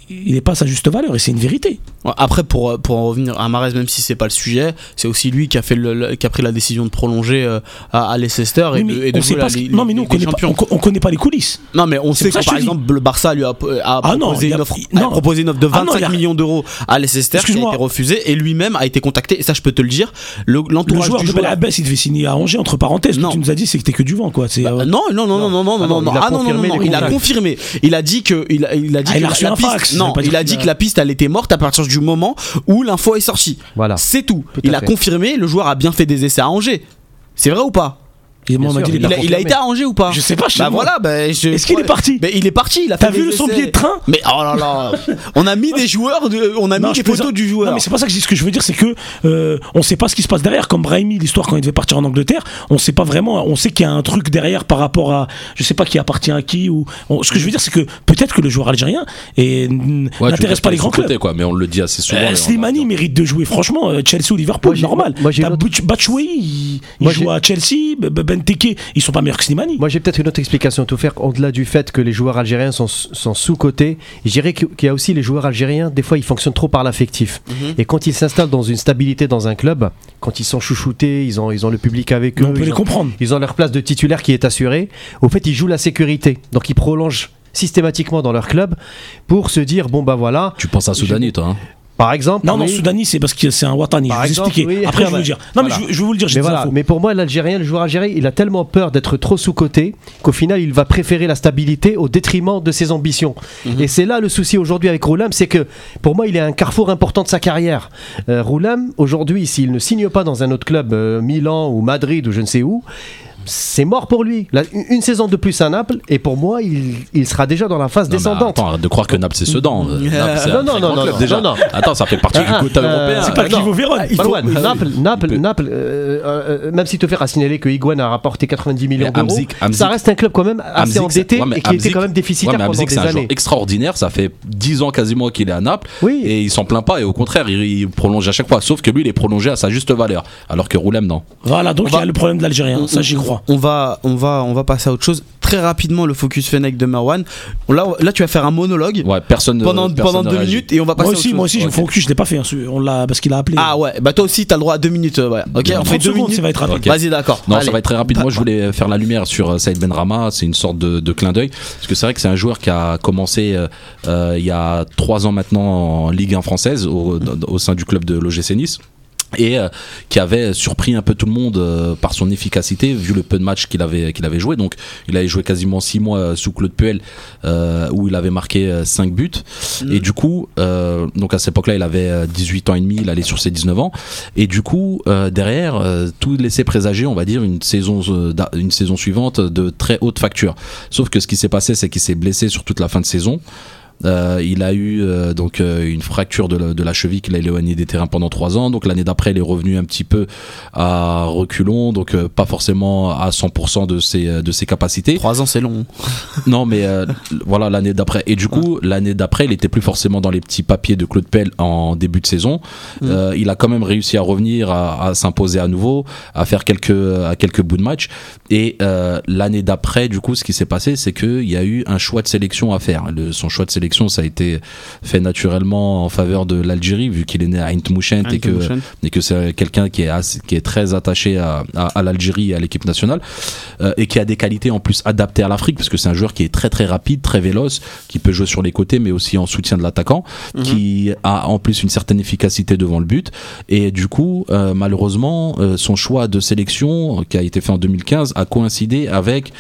il n'est pas à sa juste valeur et c'est une vérité. Après, pour, pour en revenir à Mahrez, même si c'est pas le sujet, c'est aussi lui qui a, fait le, le, qui a pris la décision de prolonger euh, à, à Leicester oui, et de, et de jouer la Ligue Non, mais nous, on connaît, pas, on, on connaît pas les coulisses. Non, mais on c'est sait que par exemple, dis. le Barça lui a, a, ah proposé, non, une offre, a, a proposé une offre de vingt-cinq ah non, millions d'euros à Leicester qui a été refusée et lui-même a été contacté. Et ça, je peux te le dire. Le, le joueur de Belabès, il devait signer à Angers, entre parenthèses. Non. Ce que tu nous as dit, c'est que t'es que du vent, quoi. Bah, euh... Non, non, non, non, non, non, non, non, non. Ah non, non, non, il a confirmé. Il a dit que, il a, il a dit ah, que il a reçu la, un piste, fax. Non, il a dit que la piste, elle était morte à partir du moment où l'info est sortie. Voilà. C'est tout. tout il a fait. confirmé. Le joueur a bien fait des essais à Angers. C'est vrai ou pas? Et moi, sûr, dit, il, a, il a été à Angers ou pas? Je sais pas. Bah voilà. Bah, je... Est-ce qu'il est parti? Bah, il est parti. Il a T'as fait vu son billet de train? Mais oh là là. On a mis des joueurs. De... On a non, mis des photos du joueur. Non mais c'est pas ça que je dis. Ce que je veux dire, c'est que euh, on sait pas ce qui se passe derrière. Comme Brahimi, l'histoire quand il devait partir en Angleterre, on sait pas vraiment. On sait qu'il y a un truc derrière par rapport à, je sais pas qui appartient à qui ou. On... Ce que je veux dire, c'est que peut-être que le joueur algérien et ouais, n'intéresse pas les grands clubs. Quoi, mais on le dit assez souvent. Euh, Slimani mérite de jouer. Franchement, Chelsea ou Liverpool, moi, normal. Batshuayi, il joue à Chelsea. Benteke, ils sont pas meilleurs que Slimani. Moi j'ai peut-être une autre explication à tout faire au-delà du fait que les joueurs algériens sont, sont sous-cotés. Je dirais qu'il y a aussi les joueurs algériens, des fois ils fonctionnent trop par l'affectif. Mm-hmm. Et quand ils s'installent dans une stabilité dans un club, quand ils sont chouchoutés, ils ont, ils ont le public avec eux, on peut ils, les ont, comprendre. Ils ont leur place de titulaire qui est assurée. Au fait, ils jouent la sécurité. Donc ils prolongent systématiquement dans leur club pour se dire bon bah voilà. Tu penses à Soudani toi hein? Par exemple. Non, oui. non, Soudani, c'est parce que c'est un Watani. Par je vais vous expliquer. Oui. Après, je vais vous dire. Non, voilà. mais je, je vais vous le dire. Mais, voilà. mais pour moi, l'Algérien, le joueur algérien, il a tellement peur d'être trop sous-coté qu'au final, il va préférer la stabilité au détriment de ses ambitions. Mm-hmm. Et c'est là le souci aujourd'hui avec Roulam, c'est que pour moi, il est à un carrefour important de sa carrière. Euh, Roulam, aujourd'hui, s'il ne signe pas dans un autre club, euh, Milan ou Madrid ou je ne sais où, c'est mort pour lui. La, une, une saison de plus à Naples et pour moi il, il sera déjà dans la phase non, descendante. Attends, arrête de croire que Naples c'est Sedan. Euh, Naples, c'est non, non, non, non, non, déjà. non, non. Attends, ça fait partie ah, du quota euh, européen. C'est pas le Clivo Vérone. Naples, Naples, Naples euh, euh, même si te faire signaler que Higuain a rapporté quatre-vingt-dix millions d'euros, Amzik, Amzik, ça reste un club quand même assez Amzik, endetté ouais, et qui Amzik, était quand même déficitaire ouais, pendant Amzik, des années. C'est un joueur extraordinaire. Ça fait dix ans quasiment qu'il est à Naples oui. et il s'en plaint pas et au contraire il, il prolonge à chaque fois. Sauf que lui il est prolongé à sa juste valeur, alors que Roulam non. Voilà, donc il y a le problème de l'Algérien. Ça j'y crois. On va on va on va passer à autre chose. Très rapidement, le focus Fennec de Marwan. Là, là, tu vas faire un monologue ouais, personne, pendant, personne pendant deux réagit. minutes et on va passer moi aussi, à autre moi aussi, chose. je okay. focus, je l'ai pas fait. Hein, on l'a parce qu'il a appelé. Ah ouais, bah toi aussi, t'as le droit à deux minutes. Ouais. Ok, non, on fait deux minutes. Ça va être rapide. Okay. Vas-y, d'accord. Non, Allez. ça va être très rapide. Moi, je voulais faire la lumière sur Saïd Benrahma. C'est une sorte de, de clin d'œil parce que c'est vrai que c'est un joueur qui a commencé euh, il y a trois ans maintenant en Ligue un française au, au sein du club de l'O G C Nice. Et euh, qui avait surpris un peu tout le monde euh, par son efficacité vu le peu de matchs qu'il avait qu'il avait joué. Donc il avait joué quasiment six mois euh, sous Claude Puel euh, où il avait marqué euh, cinq buts mmh. et du coup euh, donc à cette époque-là il avait euh, dix-huit ans et demi, il allait sur ses dix-neuf ans et du coup euh, derrière euh, tout laissait présager on va dire une saison euh, une saison suivante de très haute facture. Sauf que ce qui s'est passé c'est qu'il s'est blessé sur toute la fin de saison. Euh, il a eu euh, donc euh, une fracture de la, de la cheville qu'il a éloigné des terrains pendant trois ans. Donc l'année d'après, il est revenu un petit peu à reculons, donc euh, pas forcément à cent pour cent de ses de ses capacités. Trois ans, c'est long. Non, mais euh, voilà l'année d'après. Et du coup, l'année d'après, il était plus forcément dans les petits papiers de Claude Puel en début de saison. Mmh. Euh, il a quand même réussi à revenir, à, à s'imposer à nouveau, à faire quelques à quelques bouts de match. Et euh, l'année d'après, du coup, ce qui s'est passé, c'est qu'il y a eu un choix de sélection à faire. Le, son choix de sélection ça a été fait naturellement en faveur de l'Algérie vu qu'il est né à Ain Mouchent et que, et que c'est quelqu'un qui est, assez, qui est très attaché à, à, à l'Algérie et à l'équipe nationale euh, et qui a des qualités en plus adaptées à l'Afrique parce que c'est un joueur qui est très très rapide, très véloce, qui peut jouer sur les côtés mais aussi en soutien de l'attaquant, mm-hmm. qui a en plus une certaine efficacité devant le but et du coup euh, malheureusement euh, son choix de sélection qui a été fait en deux mille quinze a coïncidé avec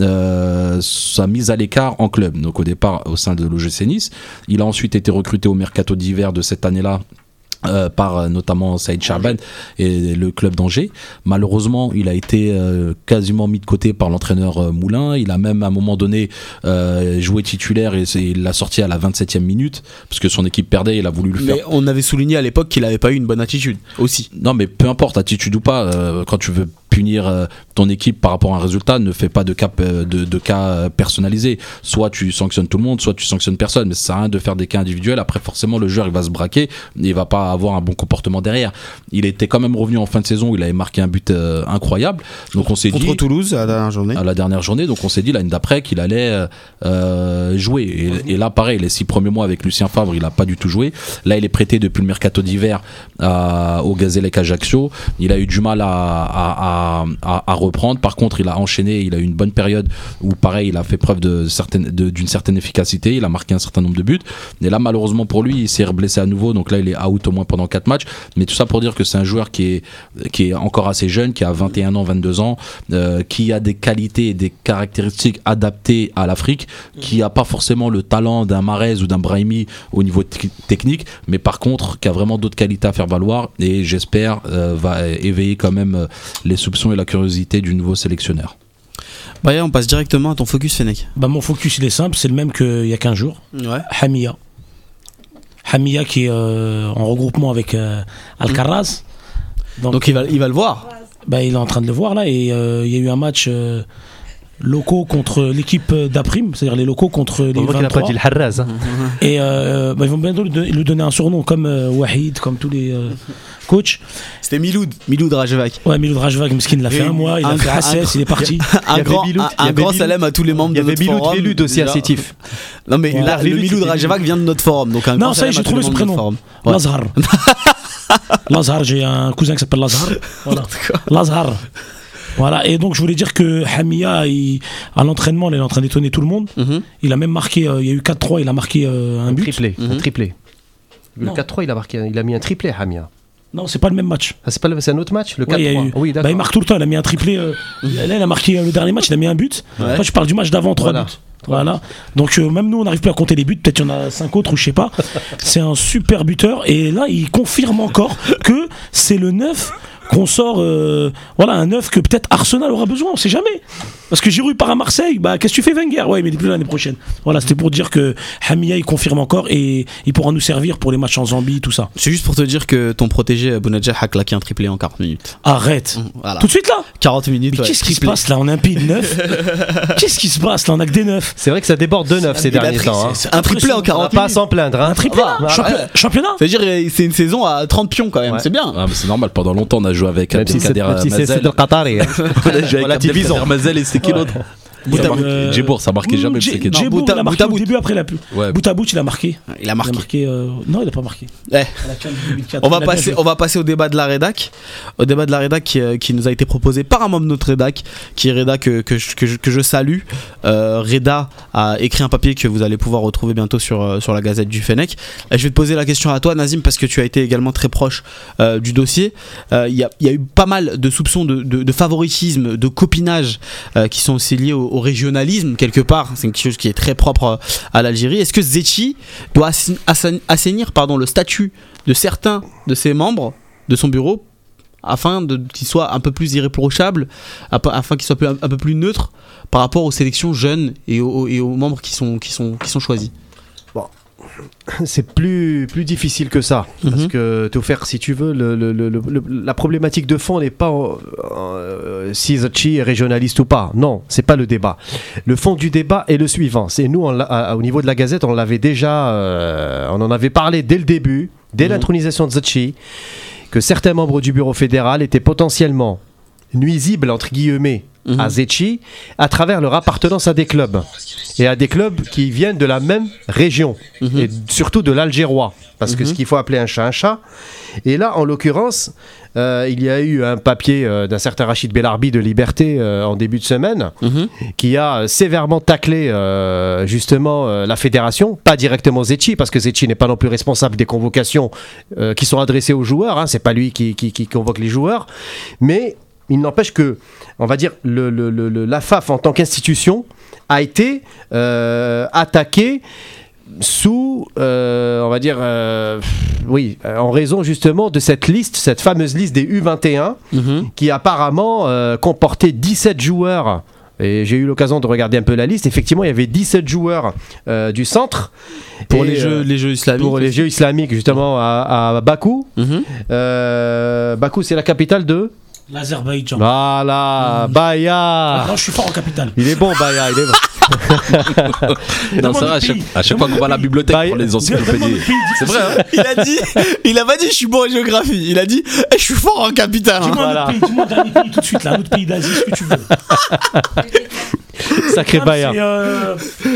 euh, sa mise à l'écart en club. Donc au départ au sein de l'O G C Nice. Il a ensuite été recruté au mercato d'hiver de cette année-là Euh, par euh, notamment Saïd Charban et le club d'Angers. Malheureusement, il a été euh, quasiment mis de côté par l'entraîneur euh, Moulin. Il a même à un moment donné euh, joué titulaire et il l'a sorti à la vingt-septième minute parce que son équipe perdait. Il a voulu le mais faire. On avait souligné à l'époque qu'il n'avait pas eu une bonne attitude aussi. Non, mais peu importe, attitude ou pas, euh, quand tu veux punir euh, ton équipe par rapport à un résultat ne fait pas de cas, de, de cas personnalisés. Soit tu sanctionnes tout le monde, soit tu sanctionnes personne, mais ça sert à rien de faire des cas individuels. Après forcément le joueur il va se braquer, il va pas avoir un bon comportement derrière. Il était quand même revenu en fin de saison où il avait marqué un but euh, incroyable, donc on s'est contre dit contre Toulouse à la dernière journée à la dernière journée, donc on s'est dit l'année d'après qu'il allait euh, jouer et, et là pareil, les six premiers mois avec Lucien Favre il a pas du tout joué. Là il est prêté depuis le mercato d'hiver à, au Gazélec Ajaccio, il a eu du mal à, à, à, à reprendre. Par contre il a enchaîné, il a eu une bonne période où pareil il a fait preuve de certaine, de, d'une certaine efficacité, il a marqué un certain nombre de buts, et là malheureusement pour lui il s'est blessé à nouveau, donc là il est out au moins pendant quatre matchs, mais tout ça pour dire que c'est un joueur qui est, qui est encore assez jeune, qui a vingt et un ans, vingt-deux ans, euh, qui a des qualités et des caractéristiques adaptées à l'Afrique, qui n'a pas forcément le talent d'un Mahrez ou d'un Brahimi au niveau t- technique, mais par contre qui a vraiment d'autres qualités à faire valoir, et j'espère euh, va éveiller quand même les soupçons et la curiosité du nouveau sélectionneur. Bah yeah, on passe directement à ton focus Fennec. Bah mon focus il est simple, c'est le même qu'il y a quinze jours. Ouais. Hamia. Hamia qui est euh, en regroupement avec euh, Alcaraz. Donc, Donc il, va, il va le voir. Bah, il est en train de le voir là, et euh, il y a eu un match euh, locaux contre l'équipe d'Aprim, c'est-à-dire les locaux contre les vingt-trois. Il n'a pas dit le Harraz. Hein. Et euh, bah, ils vont bientôt lui donner un surnom comme euh, Wahid, comme tous les euh, coachs. C'était Miloud, Miloud Rajvac. Ouais, Miloud Rajvac, Miskin l'a fait un mois, il a fait Assess, il est parti. Un grand, un, un grand salam à tous les membres de notre forum. Il y avait Miloud aussi à Sétif. Non mais là, le Miloud Rajvac vient de notre forum, donc un non, grand ça y est, j'ai trouvé ce prénom. Lazhar. Lazhar, j'ai un cousin qui s'appelle Lazhar. Voilà. Lazhar. Voilà, et donc je voulais dire que Hamia, il, à l'entraînement, il est en train d'étonner tout le monde. Mm-hmm. Il a même marqué, euh, il y a eu quatre trois, il a marqué euh, un, un but. Triplé, mm-hmm. un triplé. Le non. quatre trois, il a, marqué, il a mis un triplé, Hamia. Non, c'est pas le même match. Ah, c'est, pas le, c'est un autre match, le quatre trois. Ouais, eu, oui, d'accord. Bah, il marque tout le temps, il a mis un triplé. Euh, là, il a marqué euh, le dernier match, il a mis un but. Ouais. Toi, je parle du match d'avant, trois voilà. buts. Voilà. Donc euh, même nous on n'arrive plus à compter les buts, peut-être qu'il y en a cinq autres ou je sais pas. C'est un super buteur, et là il confirme encore que c'est le neuf qu'on sort, euh, voilà, un neuf que peut-être Arsenal aura besoin, on sait jamais. Parce que Giroud part à Marseille, bah qu'est-ce que tu fais Wenger? Ouais, mais il est plus l'année prochaine. Voilà, c'était pour dire que Hamia il confirme encore, et il pourra nous servir pour les matchs en Zambie, tout ça. C'est juste pour te dire que ton protégé Bounedjah a claqué un triplé en quarante minutes. Arrête. Voilà. Tout de suite là quarante minutes. Mais ouais, qu'est-ce qui se passe là? On a un pays de neuf. Qu'est-ce qui se passe là? On a que des neufs. C'est vrai que ça déborde de neuf ces derniers temps. Hein. Un triplé en quarante minutes. Pas à s'en plaindre. Hein. Un triplé là. Champion... ouais. Championnat. C'est-à-dire c'est une saison à trente pions quand même, ouais. C'est bien. Ah, mais c'est normal, pendant longtemps on a joué avec Abdelkader Mazel. C'est de Qatari. Abdelkader Mazel et c'est qui l'autre? Euh, Djibour, ça marquait jamais. Djibour, il a marqué au début, après la pub. Boutabout, il a marqué. Il a marqué. Il a marqué euh... Non, il a pas marqué. Eh. On va passer, on va passer au débat de la rédac, au débat de la rédac qui, euh, qui nous a été proposé par un membre de notre rédac, qui est Reda que que je, que je, que je salue. Euh, Reda a écrit un papier que vous allez pouvoir retrouver bientôt sur euh, sur la Gazette du Fennec. Et je vais te poser la question à toi, Nazim, parce que tu as été également très proche euh, du dossier. Il euh, y a il y a eu pas mal de soupçons de, de, de favoritisme, de copinage euh, qui sont aussi liés au au régionalisme quelque part, c'est quelque chose qui est très propre à l'Algérie. Est-ce que Zetchi doit assainir pardon, le statut de certains de ses membres de son bureau afin de, qu'il soit un peu plus irréprochable, afin qu'il soit un peu plus neutre par rapport aux sélections jeunes et aux, et aux membres qui sont, qui sont, qui sont choisis? Bon. C'est plus, plus difficile que ça, mm-hmm. parce que faire, si tu veux, le, le, le, le, la problématique de fond n'est pas euh, si Zetchi est régionaliste ou pas. Non, c'est pas le débat. Le fond du débat est le suivant. C'est nous, on à, au niveau de la Gazette, on l'avait déjà, euh, on en avait parlé dès le début, dès mm-hmm. l'intronisation de Zetchi, que certains membres du bureau fédéral étaient potentiellement nuisibles entre guillemets Mmh. à Zetchi à travers leur appartenance à des clubs et à des clubs qui viennent de la même région mmh. et surtout de l'Algérois, parce mmh. que ce qu'il faut appeler un chat un chat. Et là en l'occurrence euh, il y a eu un papier euh, d'un certain Rachid Belarbi de Liberté euh, en début de semaine mmh. qui a sévèrement taclé euh, justement euh, la fédération, pas directement Zetchi, parce que Zetchi n'est pas non plus responsable des convocations euh, qui sont adressées aux joueurs, hein, c'est pas lui qui, qui, qui convoque les joueurs, mais il n'empêche que, on va dire, le, le, le, la F A F en tant qu'institution a été euh, attaquée sous, euh, on va dire, euh, oui, en raison justement de cette liste, cette fameuse liste des U vingt et un, mm-hmm. qui apparemment euh, comportait dix-sept joueurs. Et j'ai eu l'occasion de regarder un peu la liste. Effectivement, il y avait dix-sept joueurs euh, du centre. Pour les jeux, les jeux islamiques. Pour les jeux islamiques, justement, à, à Bakou. Mm-hmm. Euh, Bakou, c'est la capitale de L'Azerbaïdjan. Voilà, mmh. Baya. Non, je suis fort en capitale. Il est bon, Baya, il est bon. Non, c'est vrai, à chaque, à chaque fois qu'on va à la bibliothèque pour les encyclopédies. C'est vrai, hein. Il a dit, il a pas dit je suis bon en géographie. Il a dit eh, je suis fort en capitale. Dis-moi Voilà. un autre pays, dis-moi un dernier pays tout de suite, là, un autre pays d'Asie, ce que tu veux. Sacré Non, Baya. c'est, euh...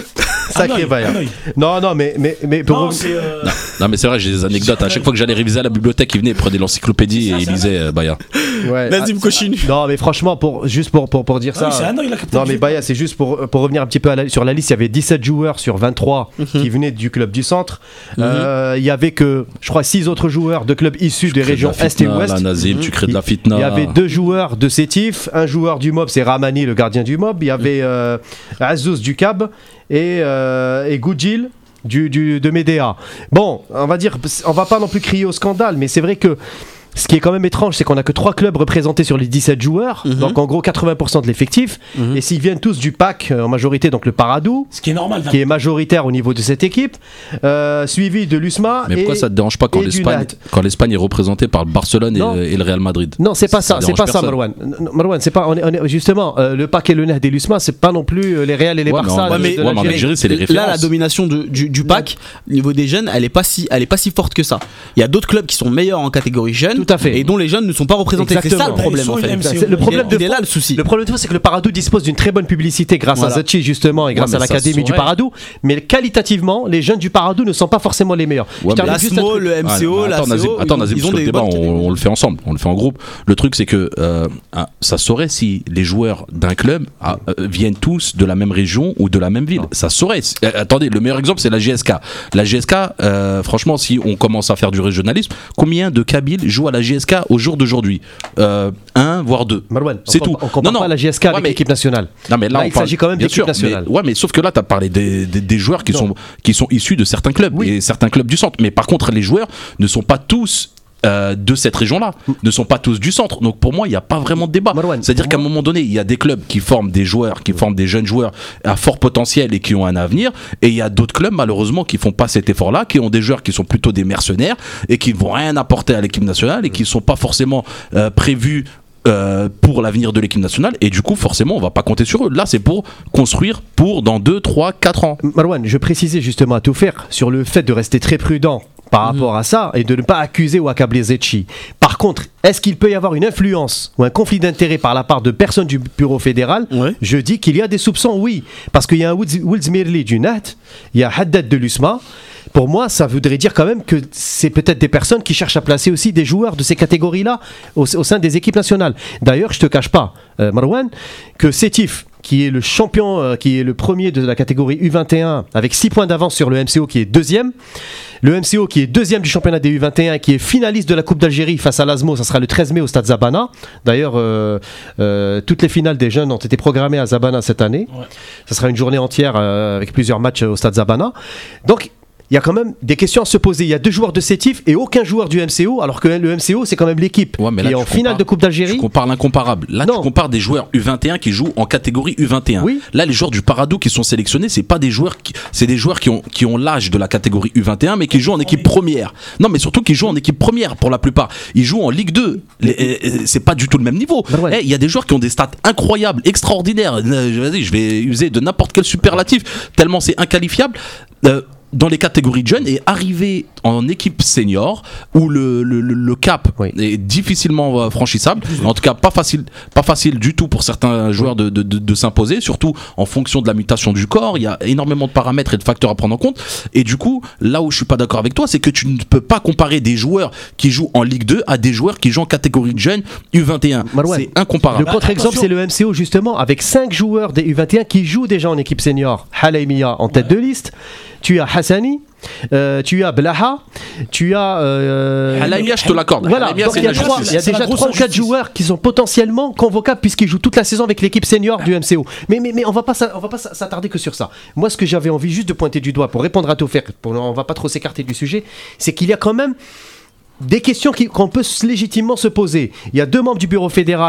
Sacré Hanoï, Baya. Hanoï. Non, non, mais, mais, mais pour Non, rev- c'est. Euh... Non, non, mais c'est vrai, j'ai des anecdotes. À chaque fois que j'allais réviser à la bibliothèque, il venait, il prenait l'encyclopédie et il lisait euh, Baya. Ouais. Nazim continue. Non, mais franchement, pour, juste pour, pour, pour dire Ah ça. oui, c'est Hanoï, la capitale Non, du- mais Baya, c'est juste pour, pour revenir un petit peu à la- sur la liste. Il y avait dix-sept joueurs sur vingt-trois Mhm. qui venaient du club du centre. Euh, il y avait que, je crois, six autres joueurs de clubs issus des Crée de régions la Est et fitna, Ouest. là, Nazim, tu crées de la Il fitna. y avait deux joueurs de Sétif, un joueur du Mob, c'est Ramani, le gardien du Mob. Il y avait euh, Azouz du Cab et, euh, et Goudjil du, du, de Médéa. Bon, on va dire, on va pas non plus crier au scandale, mais c'est vrai que ce qui est quand même étrange, c'est qu'on a que trois clubs représentés sur les dix-sept joueurs, Mhm. donc en gros quatre-vingts pour cent de l'effectif. Mhm. Et s'ils viennent tous du P A C euh, en majorité, donc le Paradou, Ce qui est normal. qui est majoritaire au niveau de cette équipe, euh, suivi de l'U S M A. Mais et... pourquoi ça te dérange pas quand et du l'Espagne, Nat. quand l'Espagne est représentée par le Barcelone Non. et, et le Real Madrid? Non, c'est pas ça, Ça c'est dérange pas ça, personne. Marwan. Non, Marwan, c'est pas, on est, on est- justement, euh, le P A C et le N E D et l'U S M A, c'est pas non plus euh, les Real et les Ouais, mais Barça. en- de- Ouais, mais- de ouais, mais en l'Algérie. Algérie, c'est les références. Là, la domination de- du, du P A C, au niveau des jeunes, elle est pas si, elle est pas si forte que ça. Il y a d'autres clubs qui sont meilleurs en catégorie jeune, Tout à fait. et dont les jeunes ne sont pas représentés. C'est ça le Exactement. problème Ils en sont fait. M C O. C'est le problème il de est là le souci. Le problème de fond, c'est que le Paradou dispose d'une très bonne publicité grâce Voilà. à Zachi justement et grâce Ouais, à mais ça l'académie du saurait. Paradou, mais qualitativement, les jeunes du Paradou ne sont pas forcément les meilleurs. Ouais, Je termine La juste un S M O, truc. le M C O, Ouais, la attends, Nazim, C O, attends, ils- Nazim, ils ont parce que des le débat, bonnes on, catégories. on le fait ensemble, on le fait en groupe. Le truc, c'est que euh, ah, ça saurait si les joueurs d'un club ah, euh, viennent tous de la même région ou de la même ville. Ça saurait. C'est- euh, attendez, le meilleur exemple, c'est la G S K. La G S K, euh, franchement, si on commence à faire du régionalisme, combien de Kabyles jouent à la G S K au jour d'aujourd'hui euh, Un, voire deux. Marwan, C'est on tout. compa- On compare Non, non. pas la G S K Ouais, avec mais- l'équipe nationale. Non, mais là, Là, on il parle- s'agit quand même bien d'équipe sûr, nationale. Mais, ouais, mais sauf que là, tu as parlé des, des, des joueurs qui Non. sont, qui sont issus de certains clubs Oui. et certains clubs du centre. Mais par contre, les joueurs ne sont pas tous euh, de cette région-là, ne sont pas tous du centre. Donc pour moi, il n'y a pas vraiment de débat. Marwan, C'est-à-dire pour qu'à un moi- moment donné, il y a des clubs qui forment des joueurs, qui forment des jeunes joueurs à fort potentiel et qui ont un avenir. Et il y a d'autres clubs, malheureusement, qui font pas cet effort-là, qui ont des joueurs qui sont plutôt des mercenaires et qui ne vont rien apporter à l'équipe nationale et qui ne sont pas forcément euh, prévus euh, pour l'avenir de l'équipe nationale. Et du coup, forcément, on va pas compter sur eux. Là, c'est pour construire pour dans deux, trois, quatre ans. Marwan, je précisais justement à tout faire sur le fait de rester très prudent par rapport à ça et de ne pas accuser ou accabler Zetchi. Par contre, est-ce qu'il peut y avoir une influence ou un conflit d'intérêt par la part de personnes du bureau fédéral? Ouais. Je dis qu'il y a des soupçons, oui. Parce qu'il y a un Wils Mirli du N A T, il y a Haddad de l'U S M A. Pour moi, ça voudrait dire quand même que c'est peut-être des personnes qui cherchent à placer aussi des joueurs de ces catégories-là au, au sein des équipes nationales. D'ailleurs, je te cache pas, euh, Marwan, que Sétif, qui est le champion, euh, qui est le premier de la catégorie U vingt et un, avec six points d'avance sur le M C O qui est deuxième. Le M C O qui est deuxième du championnat des U vingt et un, qui est finaliste de la Coupe d'Algérie face à l'Asmo, ça sera le treize mai au Stade Zabana. D'ailleurs, euh, euh, toutes les finales des jeunes ont été programmées à Zabana cette année. Ouais. Ça sera une journée entière euh, avec plusieurs matchs au Stade Zabana. Donc, il y a quand même des questions à se poser. Il y a deux joueurs de Sétif et aucun joueur du M C O, alors que le M C O, c'est quand même l'équipe Ouais, mais qui là, est en tu finale compares- de Coupe Tu d'Algérie. compares l'incomparable. Là, Non. tu compares des joueurs U vingt et un qui jouent en catégorie U vingt et un. Oui. Là, les joueurs du Paradou qui sont sélectionnés, c'est pas des joueurs qui, c'est des joueurs qui ont, qui ont l'âge de la catégorie U vingt et un, mais qui jouent en équipe première. Non, mais surtout qui jouent en équipe première pour la plupart. Ils jouent en Ligue deux. Les- euh, euh, c'est pas du tout le même niveau. Ben ouais. Eh, il y a des joueurs qui ont des stats incroyables, extraordinaires. Euh, Vas-y, je vais user de n'importe quel superlatif, tellement c'est inqualifiable. Euh, dans les catégories de jeunes et arriver en équipe senior où le, le, le- le cap Oui. est difficilement euh, franchissable, en tout cas pas facile, pas facile du tout pour certains joueurs de, de, de, de s'imposer, surtout en fonction de la mutation du corps. Il y a énormément de paramètres et de facteurs à prendre en compte, et du coup là où je suis pas d'accord avec toi, c'est que tu ne peux pas comparer des joueurs qui jouent en Ligue deux à des joueurs qui jouent en catégorie de jeunes U vingt et un. Marouane, C'est incomparable. Le contre-exemple, attention. c'est le M C O justement, avec cinq joueurs des U vingt et un qui jouent déjà en équipe senior. Halaimia en tête de liste, tu as Hassani, euh, tu as Blaha, tu as. Euh, Halaimia, je te l'accorde. Voilà, Halaimia, donc c'est il y a, une trois- injustice. il y a C'est la déjà grosse trois ou quatre injustice. joueurs qui sont potentiellement convocables puisqu'ils jouent toute la saison avec l'équipe senior du M C O. Mais, mais, mais on va pas s'a- on va pas s'a- s'attarder que sur ça. Moi, ce que j'avais envie juste de pointer du doigt pour répondre à Tofek, pour, on va pas trop s'écarter du sujet, c'est qu'il y a quand même des questions qui- qu'on peut s- légitimement se poser. Il y a deux membres du bureau fédéral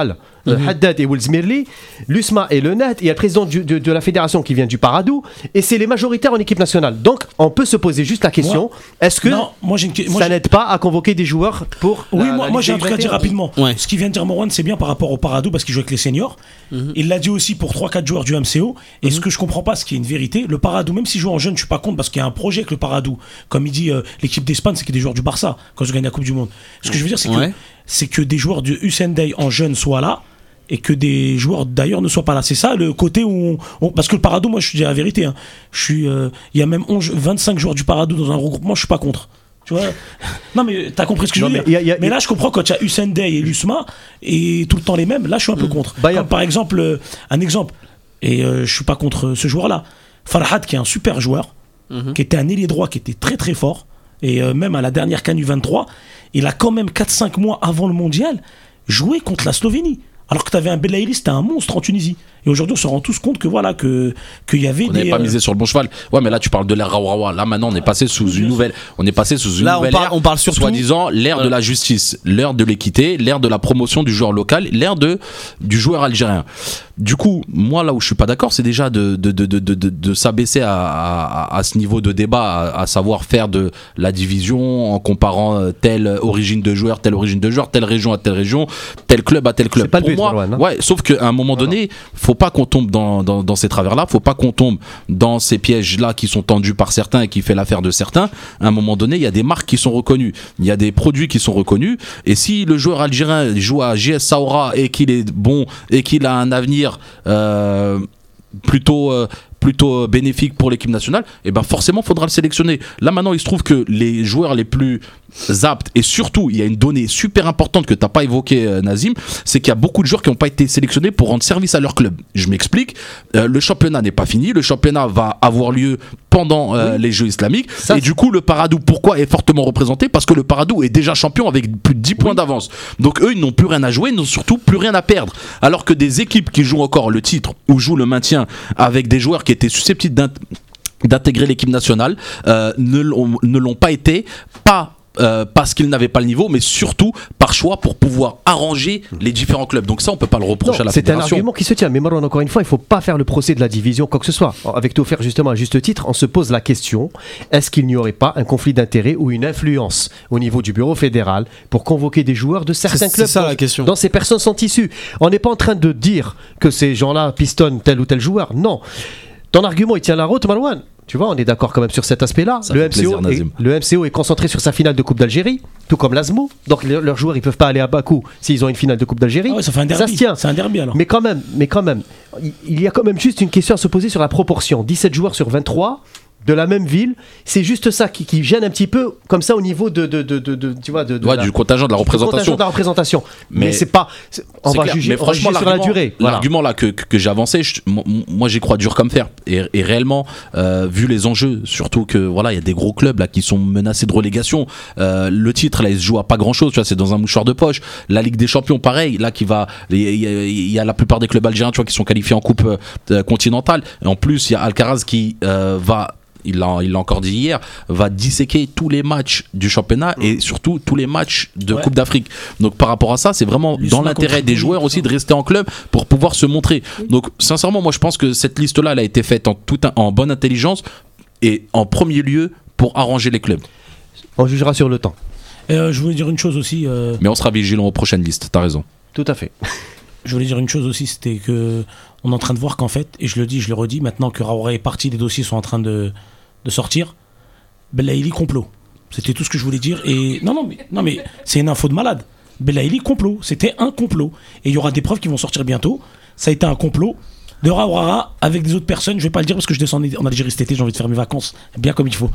mm-hmm. Haddad et Wilsmirli, l'U S M A et le N A T, il y a le président du, de, de la fédération qui vient du Paradou, et c'est les majoritaires en équipe nationale. Donc on peut se poser juste la question, moi, est-ce que non, moi, j'ai une... moi, ça j'ai... n'aide pas à convoquer des joueurs pour... Oui, la, moi, la moi j'ai un truc à dire rapidement. Ouais. Ce qui vient de dire Morwan, c'est bien par rapport au Paradou, parce qu'il joue avec les seniors. Mm-hmm. Il l'a dit aussi pour trois quatre joueurs du M C O. Et mm-hmm. ce que je comprends pas, ce qui est une vérité, le Paradou, même s'il joue en jeune, je suis pas contre, parce qu'il y a un projet avec le Paradou. Comme il dit, euh, l'équipe d'Espagne, c'est qu'il y a des joueurs du Barça quand je gagne la Coupe du Monde. Ce que je veux dire, c'est ouais. que c'est que des joueurs du Hussein Dey en jeune soient là et que des joueurs d'ailleurs ne soient pas là. C'est ça le côté où on, on, parce que le Paradou, moi je te dis la vérité, hein, je suis, il euh, y a même onze, vingt-cinq joueurs du Paradou dans un regroupement, je suis pas contre. Tu vois. Non mais t'as compris ce que je veux non, dire. Mais, y a, y a, mais là je comprends quand il y a Hussein Dey et l'U S M A et tout le temps les mêmes. Là je suis un peu contre. Bah, Comme, par exemple, euh, un exemple et euh, je suis pas contre ce joueur-là. Farhad qui est un super joueur, mm-hmm. qui était un ailier droit, qui était très très fort. Et euh, même à la dernière CAN U vingt-trois, il a quand même quatre cinq mois avant le mondial joué contre la Slovénie. Alors que tu avais un Belaïli, c'était un monstre en Tunisie. Et aujourd'hui, on se rend tous compte que voilà, que qu'il y avait on des. On n'avait pas euh... misé sur le bon cheval. Ouais, mais là, tu parles de l'ère Rawawa. Là, maintenant, on est passé sous une nouvelle. On est passé sous une là, nouvelle on parle, ère. On parle surtout. Soi-disant, l'ère euh... de la justice, l'ère de l'équité, l'ère de la promotion du joueur local, l'ère de du joueur algérien. Du coup, moi, là où je suis pas d'accord, c'est déjà de de de de de, de, de s'abaisser à, à à ce niveau de débat, à, à savoir faire de la division en comparant telle origine de joueur, telle origine de joueur, telle région à telle région, tel club à tel club. C'est pas Pour le but, moi, Marwan, hein. Ouais, sauf qu'à un moment donné, faut pas qu'on tombe dans, dans, dans ces travers-là, faut pas qu'on tombe dans ces pièges-là qui sont tendus par certains et qui fait l'affaire de certains. À un moment donné, il y a des marques qui sont reconnues, il y a des produits qui sont reconnus, et si le joueur algérien joue à J S Saoura et qu'il est bon et qu'il a un avenir euh, plutôt... Euh, plutôt bénéfique pour l'équipe nationale, et ben forcément faudra le sélectionner. Là maintenant il se trouve que les joueurs les plus aptes, et surtout il y a une donnée super importante que t'as pas évoqué euh, Nazim, c'est qu'il y a beaucoup de joueurs qui n'ont pas été sélectionnés pour rendre service à leur club. Je m'explique, euh, le championnat n'est pas fini, le championnat va avoir lieu pendant euh, oui. les Jeux islamiques, ça, et du coup le Paradou pourquoi est fortement représenté, parce que le Paradou est déjà champion avec plus de dix points oui. d'avance, donc eux ils n'ont plus rien à jouer, ils n'ont surtout plus rien à perdre, alors que des équipes qui jouent encore le titre ou jouent le maintien avec des joueurs qui étaient susceptibles d'intégrer l'équipe nationale euh, ne, l'ont, ne l'ont pas été, pas Euh, parce qu'ils n'avaient pas le niveau, mais surtout par choix pour pouvoir arranger les différents clubs. Donc ça, on peut pas le reprocher non, à la c'est fédération. C'est un argument qui se tient. Mais Marwan, encore une fois, il faut pas faire le procès de la division, quoi que ce soit. Avec Théophile, justement, à juste titre, on se pose la question, est-ce qu'il n'y aurait pas un conflit d'intérêts ou une influence au niveau du bureau fédéral pour convoquer des joueurs de certains c'est, clubs c'est ça, dont, la question. dont ces personnes sont issues? On n'est pas en train de dire que ces gens-là pistonnent tel ou tel joueur. Non. Ton argument, il tient la route, Marwan. Tu vois, on est d'accord quand même sur cet aspect-là. Le M, C O plaisir, est, le M C O est concentré sur sa finale de Coupe d'Algérie, tout comme l'A S M O. Donc le, leurs joueurs, ils peuvent pas aller à Bakou s'ils ont une finale de Coupe d'Algérie. Ah ouais, ça fait un derby. Ça se tient. C'est un derby alors. Mais quand même, mais quand même, il y a quand même juste une question à se poser sur la proportion. dix-sept joueurs sur vingt-trois de la même ville, c'est juste ça qui, qui gêne un petit peu, comme ça au niveau de, de, de, de, de tu vois, de, de ouais, la, du contingent de la représentation. Contingent de la représentation. Mais, mais c'est pas, c'est, on va clair. juger, mais franchement, on va juger sur la durée. L'argument voilà. là que, que, que j'ai avancé, je, moi j'y crois dur comme fer. Et, et réellement, euh, vu les enjeux, surtout que voilà, il y a des gros clubs là qui sont menacés de relégation. Euh, le titre là, il se joue à pas grand chose. Tu vois, c'est dans un mouchoir de poche. La Ligue des Champions, pareil, là qui va, il y, y, y a la plupart des clubs algériens, tu vois, qui sont qualifiés en Coupe euh, continentale. Et en plus, il y a Alcaraz qui euh, va il l'a, il l'a encore dit hier, va disséquer tous les matchs du championnat et surtout tous les matchs de ouais. Coupe d'Afrique. Donc par rapport à ça, c'est vraiment dans l'intérêt des joueurs aussi de rester en club pour pouvoir se montrer. Donc sincèrement, moi je pense que cette liste-là, elle a été faite en, tout un, en bonne intelligence et en premier lieu pour arranger les clubs. On jugera sur le temps. Euh, je voulais dire une chose aussi. Euh... Mais on sera vigilant aux prochaines listes, t'as raison. Tout à fait. Je voulais dire une chose aussi, c'était que on est en train de voir qu'en fait, et je le dis, je le redis, maintenant que Raoura est parti, les dossiers sont en train de, de sortir, Belaïli complot. C'était tout ce que je voulais dire. Et non, non, mais, non, mais c'est une info de malade. Belaïli complot. C'était un complot. Et il y aura des preuves qui vont sortir bientôt. Ça a été un complot de Raoura avec des autres personnes. Je vais pas le dire parce que je descends en Algérie cet été, j'ai envie de faire mes vacances bien comme il faut.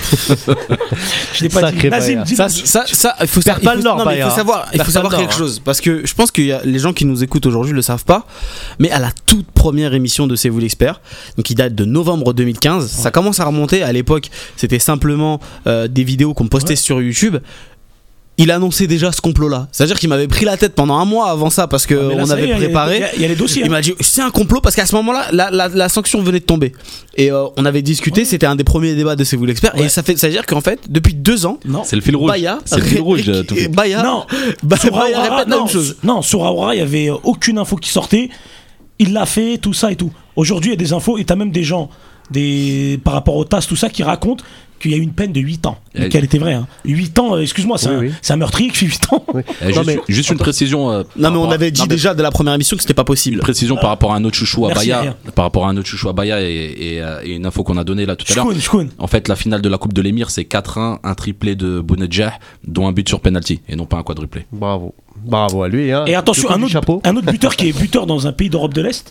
Je n'ai pas Sacré dit. Nazim, dis ça, ça, ça, il faut, ça, il faut, non, non, il faut savoir, il faut savoir quelque chose. Parce que je pense que y a, les gens qui nous écoutent aujourd'hui le savent pas. Mais à la toute première émission de C'est vous l'expert, donc qui date de novembre deux mille quinze, ouais. Ça commence à remonter. À l'époque, c'était simplement euh, des vidéos qu'on postait ouais. sur YouTube. il annonçait déjà ce complot-là. C'est-à-dire qu'il m'avait pris la tête pendant un mois avant ça parce que Ah, mais là, on ça avait y est, préparé. Il y a- il y, a les dossiers. Il hein. m'a dit c'est un complot parce qu'à ce moment-là la, la, la sanction venait de tomber et euh, on avait discuté, c'était un des premiers débats de C'est vous l'expert Ouais. et ça fait ça veut dire qu'en fait depuis deux ans Non. C'est le fil rouge. Baya C'est le fil ré- rouge. ré- euh, tout fait. Baya Non. Ba- Sur Baya Aouara, répète la non, même chose. Non, sur Aouara, il y avait aucune info qui sortait. Il l'a fait, tout ça et tout. Aujourd'hui, il y a des infos et t'as même des gens, des, par rapport au T A S, tout ça, qui racontent qu'il y a eu une peine de huit ans. Et- Et qu'elle était vraie. Hein. huit ans, euh, excuse-moi, c'est Oui, un, oui. c'est un meurtrier qui fait huit ans. Oui. Eh, Non, juste, mais- juste une précision. euh, Non par mais on rapport à- avait dit non, mais déjà de la première émission que c'était pas Une possible. précision par rapport à un autre chouchou à Merci, Baya, rien. par rapport à un autre chouchou à Baya et, et, euh, et une info qu'on a donnée là tout à l'heure. Shkoun, Shkoun. En fait, la finale de la Coupe de l'Émir, c'est quatre un, un triplé de Bounedjah, dont un but sur penalty et non pas un quadruplé. Bravo. Bravo à lui. Hein. Et attention, Le coup un du autre, chapeau. un autre buteur qui est buteur dans un pays d'Europe de l'Est,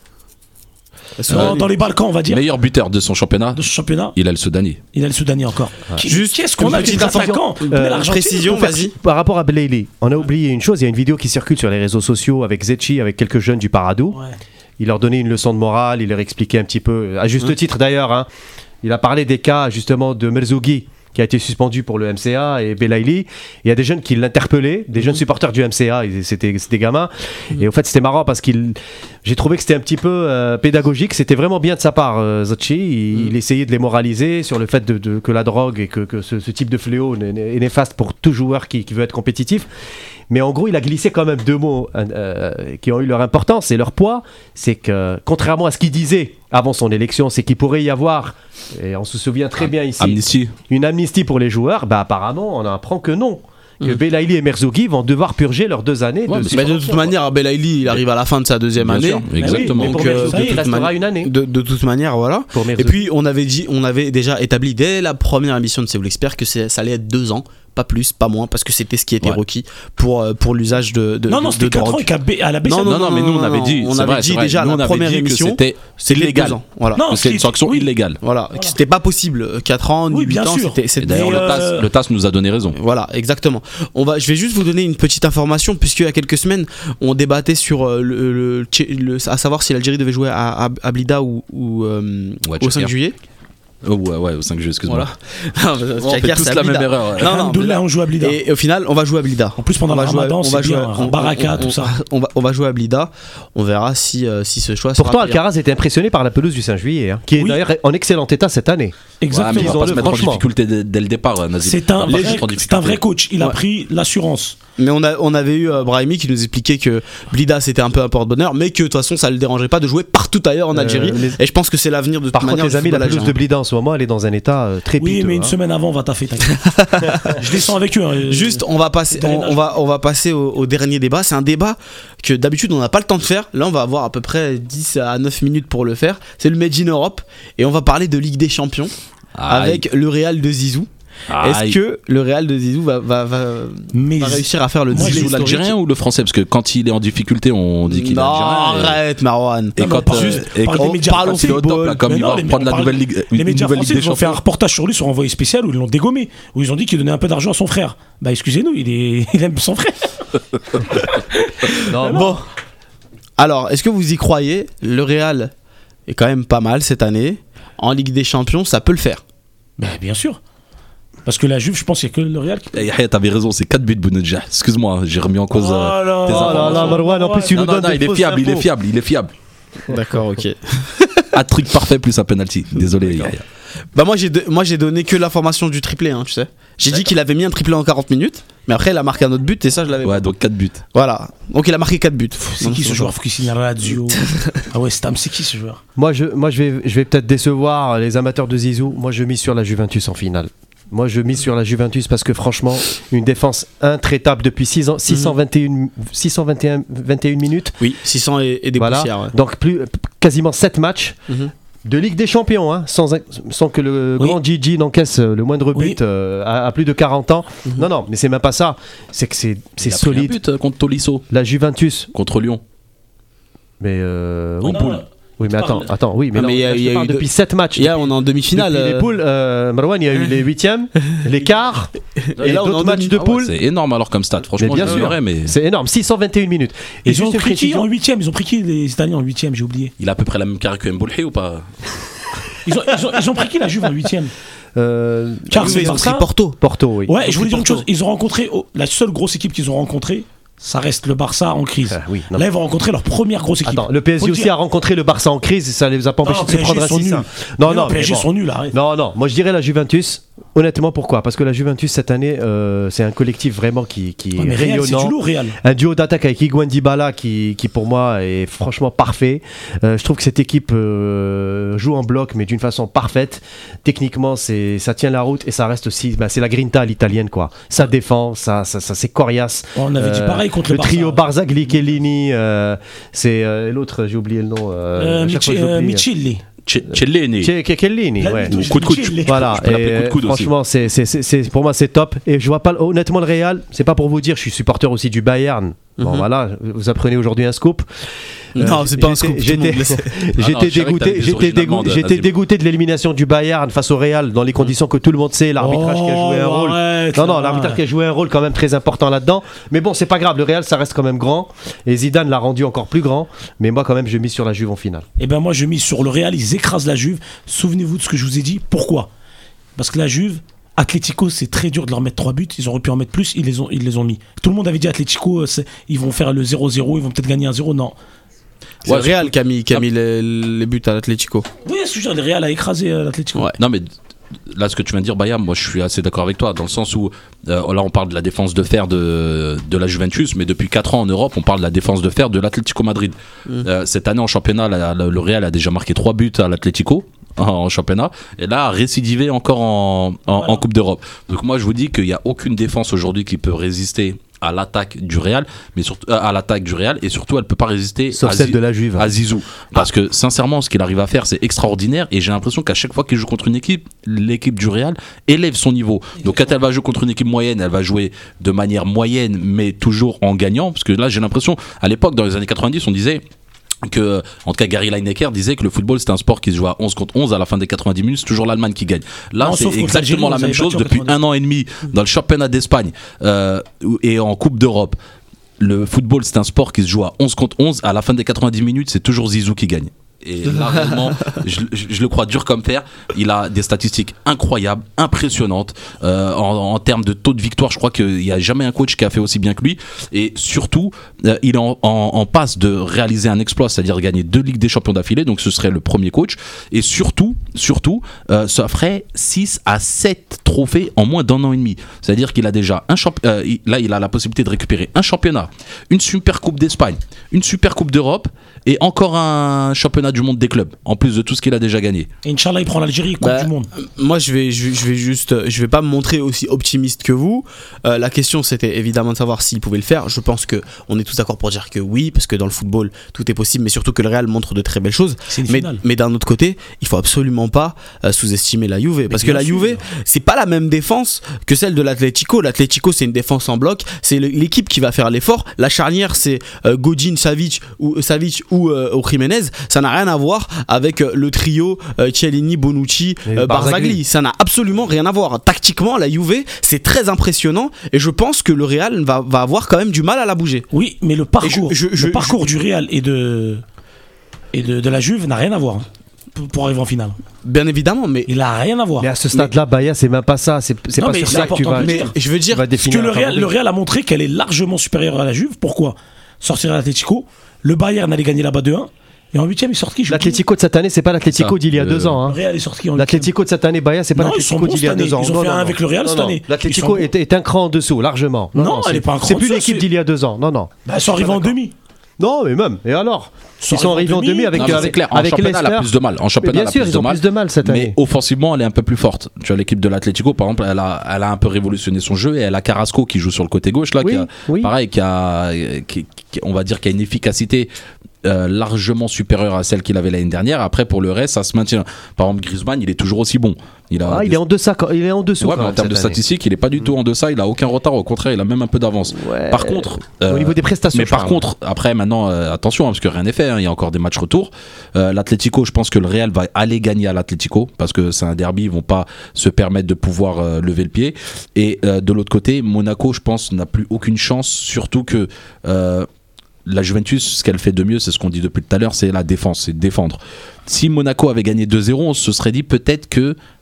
dans, dans les Balkans, on va dire, Meilleur buteur de son championnat, de ce championnat, il a le Soudani. il a le Soudanais encore. Qui- Juste Qu'est-ce qu'on une a des petite attaquants précision, Mais euh, l'Argentine, précision, Pour faire- vas-y. Par rapport à Belaïli, on a oublié une chose, il y a une vidéo qui circule sur les réseaux sociaux avec Zetchi, avec quelques jeunes du Paradou. Ouais. Il leur donnait une leçon de morale, il leur expliquait un petit peu, à juste titre d'ailleurs, hein, il a parlé des cas justement de Merzougui qui a été suspendu pour le M C A et Belaïli. Il y a des jeunes qui l'interpellaient, des jeunes supporters du M C A, ils- c'était c'était gamins. Et au fait c'était marrant parce qu'il, j'ai trouvé que c'était un petit peu euh, pédagogique, c'était vraiment bien de sa part, euh, Zetchi. Il, il essayait de les moraliser sur le fait de, de- que la drogue et que, que ce, ce type de fléau n'est- n'est- est néfaste pour tout joueur qui, qui veut être compétitif. Mais en gros, il a glissé quand même deux mots euh, qui ont eu leur importance et leur poids. C'est que, contrairement à ce qu'il disait avant son élection, c'est qu'il pourrait y avoir, et on se souvient très bien ici, Amnesty. une amnistie pour les joueurs. Bah, apparemment, on apprend que non. Que Belaïli et Merzougui vont devoir purger leurs deux années Ouais, de mais Mais de toute manière, Belaïli, il arrive à la fin de sa deuxième Bien année. sûr, exactement. Mais Donc, pour euh, Merzougui, de il toute restera mani- une année. De, de toute manière, voilà. Pour Et Merzougui. puis on avait dit, on avait déjà établi dès la première émission de C'est vous l'expert que c'est- ça allait être deux ans, pas plus, pas moins, parce que c'était ce qui était Ouais. requis pour euh, pour l'usage de, de Non, non, de c'était quatre drogue. ans et qu'à B- à la baisse. Non, Non, non, mais nous on avait dit, on c'est avait vrai, dit c'est vrai. déjà à Nous, la on avait première dit que émission, c'était c'était illégal. deux ans. Voilà. Non, que ce c'est qui une est- sanction oui. illégale. Voilà, que c'était pas possible. quatre ans, Oui, huit bien ans, sûr. c'était Et c'était- d'ailleurs, Mais, le, TAS, euh, le TAS nous a donné raison. Voilà, exactement. On va, je vais juste vous donner une petite information, puisque il y a quelques semaines, on débattait sur euh, le, le- le- à savoir si l'Algérie devait jouer à, à, à Blida ou, ou, euh, Ouais, au cinq Tchèque. juillet. Oh, ouais, ouais, au cinq juillet, excuse-moi. Voilà. Non, mais On fait Tchèque, tous c'est à la même Blida. erreur. ouais. Non, non, Alhamdoulilah, on joue à Blida. Et, et au final, on va jouer à Blida. En plus, pendant on le va jouer, Ramadan, on va c'est jouer, bien. on- Un baraka, on- tout on- ça. On va, on va jouer à Blida. On verra si, euh, si ce choix sera Pourtant, payant. Alcaraz était impressionné par la pelouse du cinq juillet, hein, qui est Oui. d'ailleurs en excellent état cette année. Ouais, mais Exactement. il va pas Disons-le, se mettre en franchement. difficulté dès, dès le départ, Nazim. C'est un, Il va pas se vrai- mettre en c'est un difficulté. vrai coach. Il a Ouais. pris l'assurance. Mais on, a, on avait eu euh, Brahimi qui nous expliquait que Blida c'était un peu un porte-bonheur, mais que de toute façon ça le dérangeait pas de jouer partout ailleurs en Euh, Algérie. les- Et je pense que c'est l'avenir de toute Par contre, manière. les du amis, la football pelouse de algérien. Blida en ce moment, elle est dans un état euh, très Oui, piteux. mais une hein. semaine avant, on va taffer, t'inquiète. Je descends avec eux. hein. Juste, on va passer, on, on va, on va passer au, au dernier débat. C'est un débat que d'habitude on n'a pas le temps de faire. Là, on va avoir à peu près dix à neuf minutes pour le faire. C'est le Made in Europe et on va parler de Ligue des Champions Aïe. avec le Real de Zizou. Aïe. Est-ce que le Real de Zizou va, va, va, Mais va réussir à faire le Moi, Il doublé joue historique? l'Algérien ou le Français? Parce que quand il est en difficulté, on dit qu'il est Non, Algérien. et- arrête, Marwan. Et Non, mais quand, parle- euh, et parle quand- des médias quand il est au top, là, comme Mais il non, va les- reprendre on la parle- nouvelle ligue, Les une médias nouvelle français Ligue des ils ont fait un Champions. reportage sur lui sur Envoyé spécial où ils l'ont dégommé, où ils ont dit qu'il donnait un peu d'argent à son frère. Bah excusez-nous, il, est... il aime son frère. Non, Bon. Alors, est-ce que vous y croyez? Le Real est quand même pas mal cette année. En Ligue des Champions, ça peut le faire. Bah bien sûr. Parce que la Juve, je pense qu'il y a que le Real qui... Eh, Yahya, t'avais raison, c'est quatre buts de Bounedjah. Excuse-moi, j'ai remis en cause euh, Oh là tes là Oh là là, informations. Marwan, en plus, tu Non, nous non, donnes non, des il est fausses fiable, il est infos. fiable, il est fiable. D'accord, ok. Un truc parfait plus un penalty. Désolé, Yahya. Bah moi j'ai, de- moi j'ai donné que l'information du triplé, hein, tu sais. J'ai dit qu'il avait mis un triplé en quarante minutes, mais après il a marqué un autre but et ça je l'avais Ouais, pas. donc quatre buts. Voilà. Donc il a marqué quatre buts. C'est qui ce joueur? Faut qu'il signe à la Lazio. Ah ouais, Stam, c'est qui ce joueur? Moi, je, moi je, vais, je vais peut-être décevoir les amateurs de Zizou. Moi, je mise sur la Juventus en finale. Moi, je mise sur la Juventus parce que franchement, une défense intraitable depuis six ans, six cent vingt et un, six cent vingt et un, vingt et un minutes. Oui, six cents et, et des Voilà. poussières. Ouais. Donc, plus, quasiment sept matchs. Mhm. De Ligue des Champions, hein, sans, sans que le Oui. grand Gigi n'encaisse le moindre Oui. but euh, à, à plus de quarante ans. Mhm. Non, non, mais c'est même pas ça. C'est que c'est c'est Il a pris un solide. but euh, contre Tolisso, La Juventus. contre Lyon. Mais euh, En oui, poule. oui, mais Tu attends, parles- attends, oui, mais, Ah, non, mais il y a- là, je il y a te parle eu de- depuis sept matchs. Hier on est en demi-finale. Depuis les euh, poules, euh, Marwan, il y a eu les huitièmes, les quarts, et là, on est d'autres en matchs demi. de Ah ouais, poules. c'est énorme alors comme stade. Franchement, Mais bien je sûr. l'ignorais, mais C'est énorme, six cent vingt et un minutes. Et Ils ont juste une pris qui en précision. huitième? Ils ont pris qui les Italiens en huitième? J'ai oublié. il a à peu près la même carrière que Mboulhi ou pas? Ils ont, ils ont, ils ont pris qui la Juve en huitième? Euh, Car ils ont pris Porto. Porto, oui. Ouais, je voulais dire une chose. Ils ont rencontré oh, la seule grosse équipe qu'ils ont rencontrée. Ça reste le Barça en crise. Ah, oui, là, ils vont rencontrer leur première grosse équipe. Attends, le P S G aussi dire. a rencontré le Barça en crise et ça les a pas empêchés de se prendre à six. Non, non, non, les P S G bon. sont nuls. Arrête. Non, non, moi je dirais la Juventus. Honnêtement, pourquoi ? Parce que la Juventus cette année, euh, c'est un collectif vraiment qui, qui ouais, est rayonnant. Real, c'est du lourd, Real. Un duo d'attaque avec Higuaín Dybala qui, qui pour moi est franchement parfait. Euh, je trouve que cette équipe euh, joue en bloc, mais d'une façon parfaite. Techniquement, c'est, ça tient la route et ça reste aussi, bah, c'est la grinta à l'italienne quoi. Ça défend, ça, ça, ça c'est coriace. On avait dit pareil contre le, le trio Barça. Barzagli, Chiellini, euh, c'est euh, l'autre, j'ai oublié le nom. Euh, euh, Micheli. Chiellini. Chiellini, ouais. Coup de coude. Voilà. Et coup de franchement, c'est, c'est, c'est, c'est, pour moi, c'est top. Et je vois pas, honnêtement, le Real, c'est pas pour vous dire, je suis supporter aussi du Bayern. Bon, mm-hmm. voilà, vous apprenez aujourd'hui un scoop. Non, euh, c'est pas un scoop. J'étais, j'étais dégoûté, j'étais dégoûté, j'étais dégoûté de l'élimination du Bayern face au Real dans les conditions que tout le monde sait, l'arbitrage oh, qui a joué un rôle. Ouais, non, non, l'arbitrage qui a joué un rôle quand même très important là-dedans. Mais bon, c'est pas grave, le Real, ça reste quand même grand. Et Zidane l'a rendu encore plus grand. Mais moi, quand même, je mise sur la Juve en finale. Et ben moi, je mise sur le Real. Ils écrasent la Juve. Souvenez-vous de ce que je vous ai dit. Pourquoi ? Parce que la Juve. Atlético, c'est très dur de leur mettre trois buts. Ils auraient pu en mettre plus, ils les ont, ils les ont mis. Tout le monde avait dit Atlético, ils vont faire le zéro zéro, ils vont peut-être gagner un zéro. Non. C'est ouais, le Real qui a mis, qui a mis les, les buts à l'Atlético. Oui, c'est sûr, le Real a écrasé l'Atlético. Ouais. Non, mais là, ce que tu viens de dire, Bayam, moi je suis assez d'accord avec toi, dans le sens où euh, là on parle de la défense de fer de, de la Juventus, mais depuis quatre ans en Europe, on parle de la défense de fer de l'Atlético Madrid. Mmh. Euh, cette année en championnat, la, la, le Real a déjà marqué trois buts à l'Atlético. En championnat et là récidivé encore en, en, voilà. en Coupe d'Europe. Donc moi je vous dis qu'il n'y a aucune défense aujourd'hui qui peut résister à l'attaque du Real, mais surtout à l'attaque du Real et surtout elle peut pas résister sauf à, celle de la Juve. à Zizou parce que sincèrement ce qu'il arrive à faire c'est extraordinaire et j'ai l'impression qu'à chaque fois qu'il joue contre une équipe, l'équipe du Real élève son niveau. Donc quand elle va jouer contre une équipe moyenne, elle va jouer de manière moyenne mais toujours en gagnant, parce que là j'ai l'impression à l'époque dans les années quatre-vingt-dix on disait que, en tout cas Gary Lineker disait que le football c'était un sport qui se joue à onze contre onze à la fin des quatre-vingt-dix minutes, c'est toujours l'Allemagne qui gagne. Là non, c'est exactement la même chose depuis un an et demi dans le championnat d'Espagne euh, et en Coupe d'Europe. Le football c'est un sport qui se joue à onze contre onze, à la fin des quatre-vingt-dix minutes c'est toujours Zizou qui gagne. Et là vraiment je, je, je le crois dur comme fer. Il a des statistiques incroyables, impressionnantes euh, en, en termes de taux de victoire. Je crois qu'il n'y a jamais un coach qui a fait aussi bien que lui. Et surtout euh, il est en, en, en passe de réaliser un exploit, c'est-à-dire gagner deux Ligues des Champions d'affilée. Donc ce serait le premier coach. Et surtout, surtout euh, ça ferait six à sept trophées en moins d'un an et demi. C'est-à-dire qu'il a déjà un champ- euh, il, là il a la possibilité de récupérer un championnat, une super coupe d'Espagne, une super coupe d'Europe et encore un championnat du monde des clubs, en plus de tout ce qu'il a déjà gagné. Et Inch'Allah, il prend l'Algérie, Coupe bah, du monde. Moi, je vais, je, je vais juste, je vais pas me montrer aussi optimiste que vous. Euh, la question, c'était évidemment de savoir s'il pouvait le faire. Je pense que on est tous d'accord pour dire que oui, parce que dans le football, tout est possible, mais surtout que le Real montre de très belles choses. Mais, mais d'un autre côté, il faut absolument pas euh, sous-estimer la Juve, parce que la Juve, sûr. c'est pas la même défense que celle de l'Atlético. L'Atlético, c'est une défense en bloc, c'est l'équipe qui va faire l'effort. La charnière, c'est euh, Godin, Savic ou Savic ou euh, Jiménez. Ça n'a rien à voir avec le trio euh, Chiellini, Bonucci, euh, Barzagli. Ça n'a absolument rien à voir. Tactiquement, la Juve, c'est très impressionnant et je pense que le Real va, va avoir quand même du mal à la bouger. Oui, mais le parcours, je, je, je, le parcours je, du Real et de et de, de la Juve n'a rien à voir hein, pour, pour arriver en finale. Bien évidemment, mais il a rien à voir. Mais à ce stade-là, Baya, c'est même pas ça. C'est, c'est non, pas sur ça que tu vas. Mais je veux dire, parce que le Real, le Real a montré qu'elle est largement supérieure à la Juve. Pourquoi ? Sortir à l'Atlético, le Bayern allait gagner là-bas deux un. Et en huitième, il sort qui? L'Atlético de cette année, c'est pas l'Atlético d'il y a le... deux ans. Hein. Le Real est sorti en L'Atlético de cette année, Baya, c'est pas non, l'Atlético d'il y a deux ans. Ils ont non, fait non, un non. avec le Real non, cette non. année. L'Atlético est, est un cran en dessous, largement. Non, non, non elle c'est, est pas un cran. C'est plus ça, l'équipe c'est... d'il y a deux ans. Non, non. Bah, ils sont arrivés en demi. Non, mais même. Et alors Ils sont arrivés en demi avec non, avec, clair. En avec championnat, elle a plus de mal. En championnat, bien sûr, elle a plus ils ont de mal. plus de mal cette année. Mais offensivement, elle est un peu plus forte. Tu vois, l'équipe de l'Atlético, par exemple, elle a, elle a un peu révolutionné son jeu et elle a Carrasco qui joue sur le côté gauche là, oui, qui a, oui. pareil, qui a, qui, qui, on va dire, qui a une efficacité Euh, largement supérieure à celle qu'il avait l'année dernière. Après, pour le reste, ça se maintient. Par exemple, Griezmann, il est toujours aussi bon. Il, a ah, des... il est en deçà, il est en dessous. Ouais, mais en termes de statistiques, il est pas du tout en deçà. Il a aucun retard. Au contraire, il a même un peu d'avance. Ouais. Par contre, euh, au niveau des prestations. Mais par parle. contre, après, maintenant, euh, attention, hein, parce que rien n'est fait. Hein, il y a encore des matchs retour. Euh, L'Atlético, je pense que le Real va aller gagner à l'Atlético parce que c'est un derby. Ils vont pas se permettre de pouvoir euh, lever le pied. Et euh, de l'autre côté, Monaco, je pense, n'a plus aucune chance. Surtout que euh, la Juventus, ce qu'elle fait de mieux, c'est ce qu'on dit depuis tout à l'heure, c'est la défense, c'est défendre. Si Monaco avait gagné deux zéro, on se serait dit peut-être que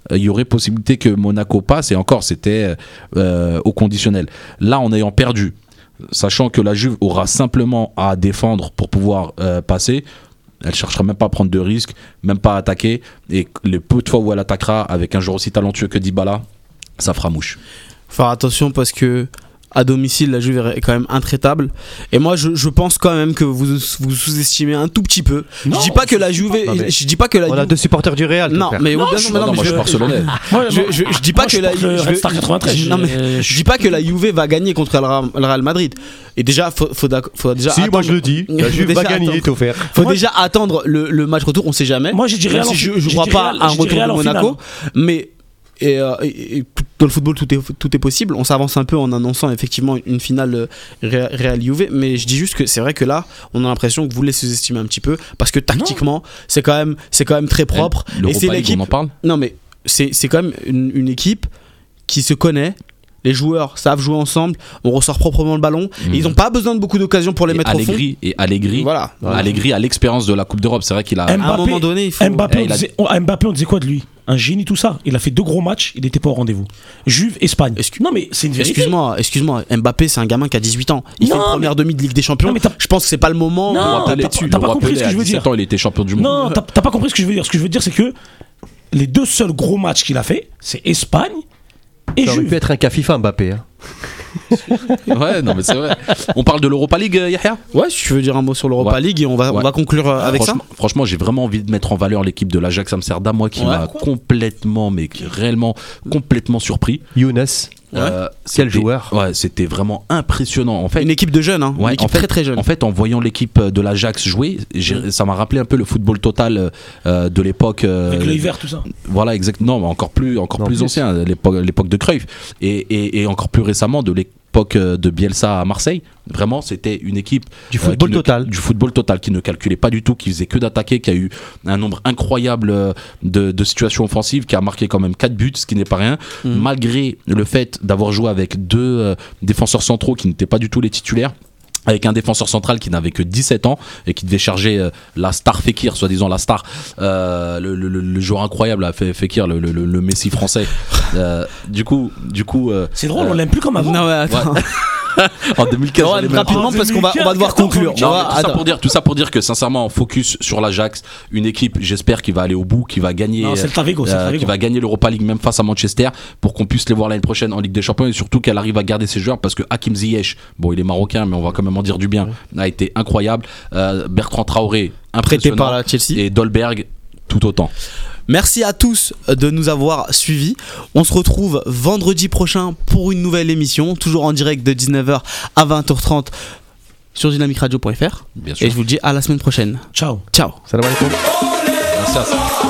il y aurait possibilité que Monaco passe, et encore c'était euh, au conditionnel. Là, en ayant perdu, sachant que la Juve aura simplement à défendre pour pouvoir euh, passer, elle ne cherchera même pas à prendre de risques, même pas à attaquer, et les peu de fois où elle attaquera avec un joueur aussi talentueux que Dybala, ça fera mouche. Faut faire attention parce que à domicile, la Juve est quand même intraitable. Et moi, je, je pense quand même que vous vous sous-estimez un tout petit peu. Non, je dis pas que la Juve. Non, je dis pas que la on Juve... a deux supporters du Real. Non, mais non, je, non, non, moi je suis barcelonais. je, je, je dis pas moi, que la Juve. Je, non, mais je dis pas que la Juve va gagner contre le Real Madrid. Et déjà, faut, faut, faut déjà. Si, attendre... moi je le dis. La Juve va gagner, t'es offert. Faut moi, déjà attendre le, le match retour. On sait jamais. Moi, j'ai dit Real. Si je, je crois pas à un retour de Monaco, mais. Et, euh, et, et dans le football tout est, tout est possible. On s'avance un peu en annonçant effectivement une finale Real Juve, mais je dis juste que c'est vrai que là on a l'impression que vous les sous-estimez un petit peu parce que tactiquement c'est quand même c'est quand même très propre. Et, et c'est l'équipe. On en parle non mais c'est c'est quand même une, une équipe qui se connaît. Les joueurs savent jouer ensemble, on ressort proprement le ballon. Mmh. Et ils n'ont pas besoin de beaucoup d'occasions pour les et mettre Allegri, au fond. Et Allegri, voilà. Allegri a l'expérience de la Coupe d'Europe. C'est vrai qu'il a. Mbappé, à un moment donné, il faut. Mbappé, eh, on disait, on, Mbappé, on disait quoi de lui? Un génie, tout ça. Il a fait deux gros matchs, il n'était pas au rendez-vous. Juve, Espagne. Excuse- non, mais c'est une vérité. Excuse-moi, excuse-moi. Mbappé, c'est un gamin qui a dix-huit ans. Il non, fait une première mais... demi de Ligue des Champions. Non, je pense que c'est pas le moment. Non, où on va t'as, dessus. t'as pas compris ce que je veux dire. À dix-sept ans, il était champion du monde. Non, t'as, t'as pas compris ce que je veux dire. Ce que je veux dire, c'est que les deux seuls gros matchs qu'il a fait, c'est Espagne et ça Juve. aurait pu être un cas FIFA Mbappé. Hein. Ouais, non, mais c'est vrai. On parle de l'Europa League, Yahya ? Ouais, si tu veux dire un mot sur l'Europa ouais. League et on va, ouais. on va conclure avec franchement, ça. Franchement, j'ai vraiment envie de mettre en valeur l'équipe de l'Ajax Amsterdam, moi qui ouais, m'a quoi. complètement, mais réellement complètement surpris. Younes. Euh, Quel joueur. Ouais, c'était vraiment impressionnant. En fait, une équipe de jeunes, hein. Ouais, une équipe en fait, très très jeune. En fait, en voyant l'équipe de l'Ajax jouer, j'ai, ça m'a rappelé un peu le football total euh, de l'époque. Euh, Avec l'œil vert, tout ça. Voilà, exactement. Non, mais encore plus, encore plus, plus ancien, l'époque, l'époque de Cruyff, et, et, et encore plus récemment de l'époque de Bielsa à Marseille. Vraiment, c'était une équipe du football euh, total, ne, du football total, qui ne calculait pas du tout, qui faisait que d'attaquer, qui a eu un nombre incroyable de, de situations offensives, qui a marqué quand même quatre buts, ce qui n'est pas rien, mmh. malgré le fait d'avoir joué avec deux euh, défenseurs centraux qui n'étaient pas du tout les titulaires. Avec un défenseur central qui n'avait que dix-sept ans et qui devait charger euh, la star Fekir, soi-disant la star, euh, le, le, le joueur incroyable, là, Fekir, le, le, le Messi français. Euh, du coup, du coup. Euh, c'est drôle, euh, on l'aime plus comme avant. Non, mais attends. Ouais. En deux mille quinze, ouais, rapidement parce qu'on va, on va devoir conclure. Non, tout, ça pour dire, tout ça pour dire que sincèrement, focus sur l'Ajax, une équipe, j'espère, qui va aller au bout, qui va gagner, non, c'est le Tavigo, c'est le Tavigo. qui va gagner l'Europa League même face à Manchester, pour qu'on puisse les voir l'année prochaine en Ligue des Champions, et surtout qu'elle arrive à garder ses joueurs, parce que Hakim Ziyech, bon, il est marocain, mais on va quand même en dire du bien, ouais. a été incroyable. Euh, Bertrand Traoré, impressionnant, par la Chelsea. Et Dolberg, tout autant. Merci à tous de nous avoir suivis. On se retrouve vendredi prochain pour une nouvelle émission, toujours en direct de dix-neuf heures à vingt heures trente sur dynamic radio point f r. Bien sûr. Et je vous dis à la semaine prochaine. Ciao. Ciao. Salam alaikum. Merci à ça.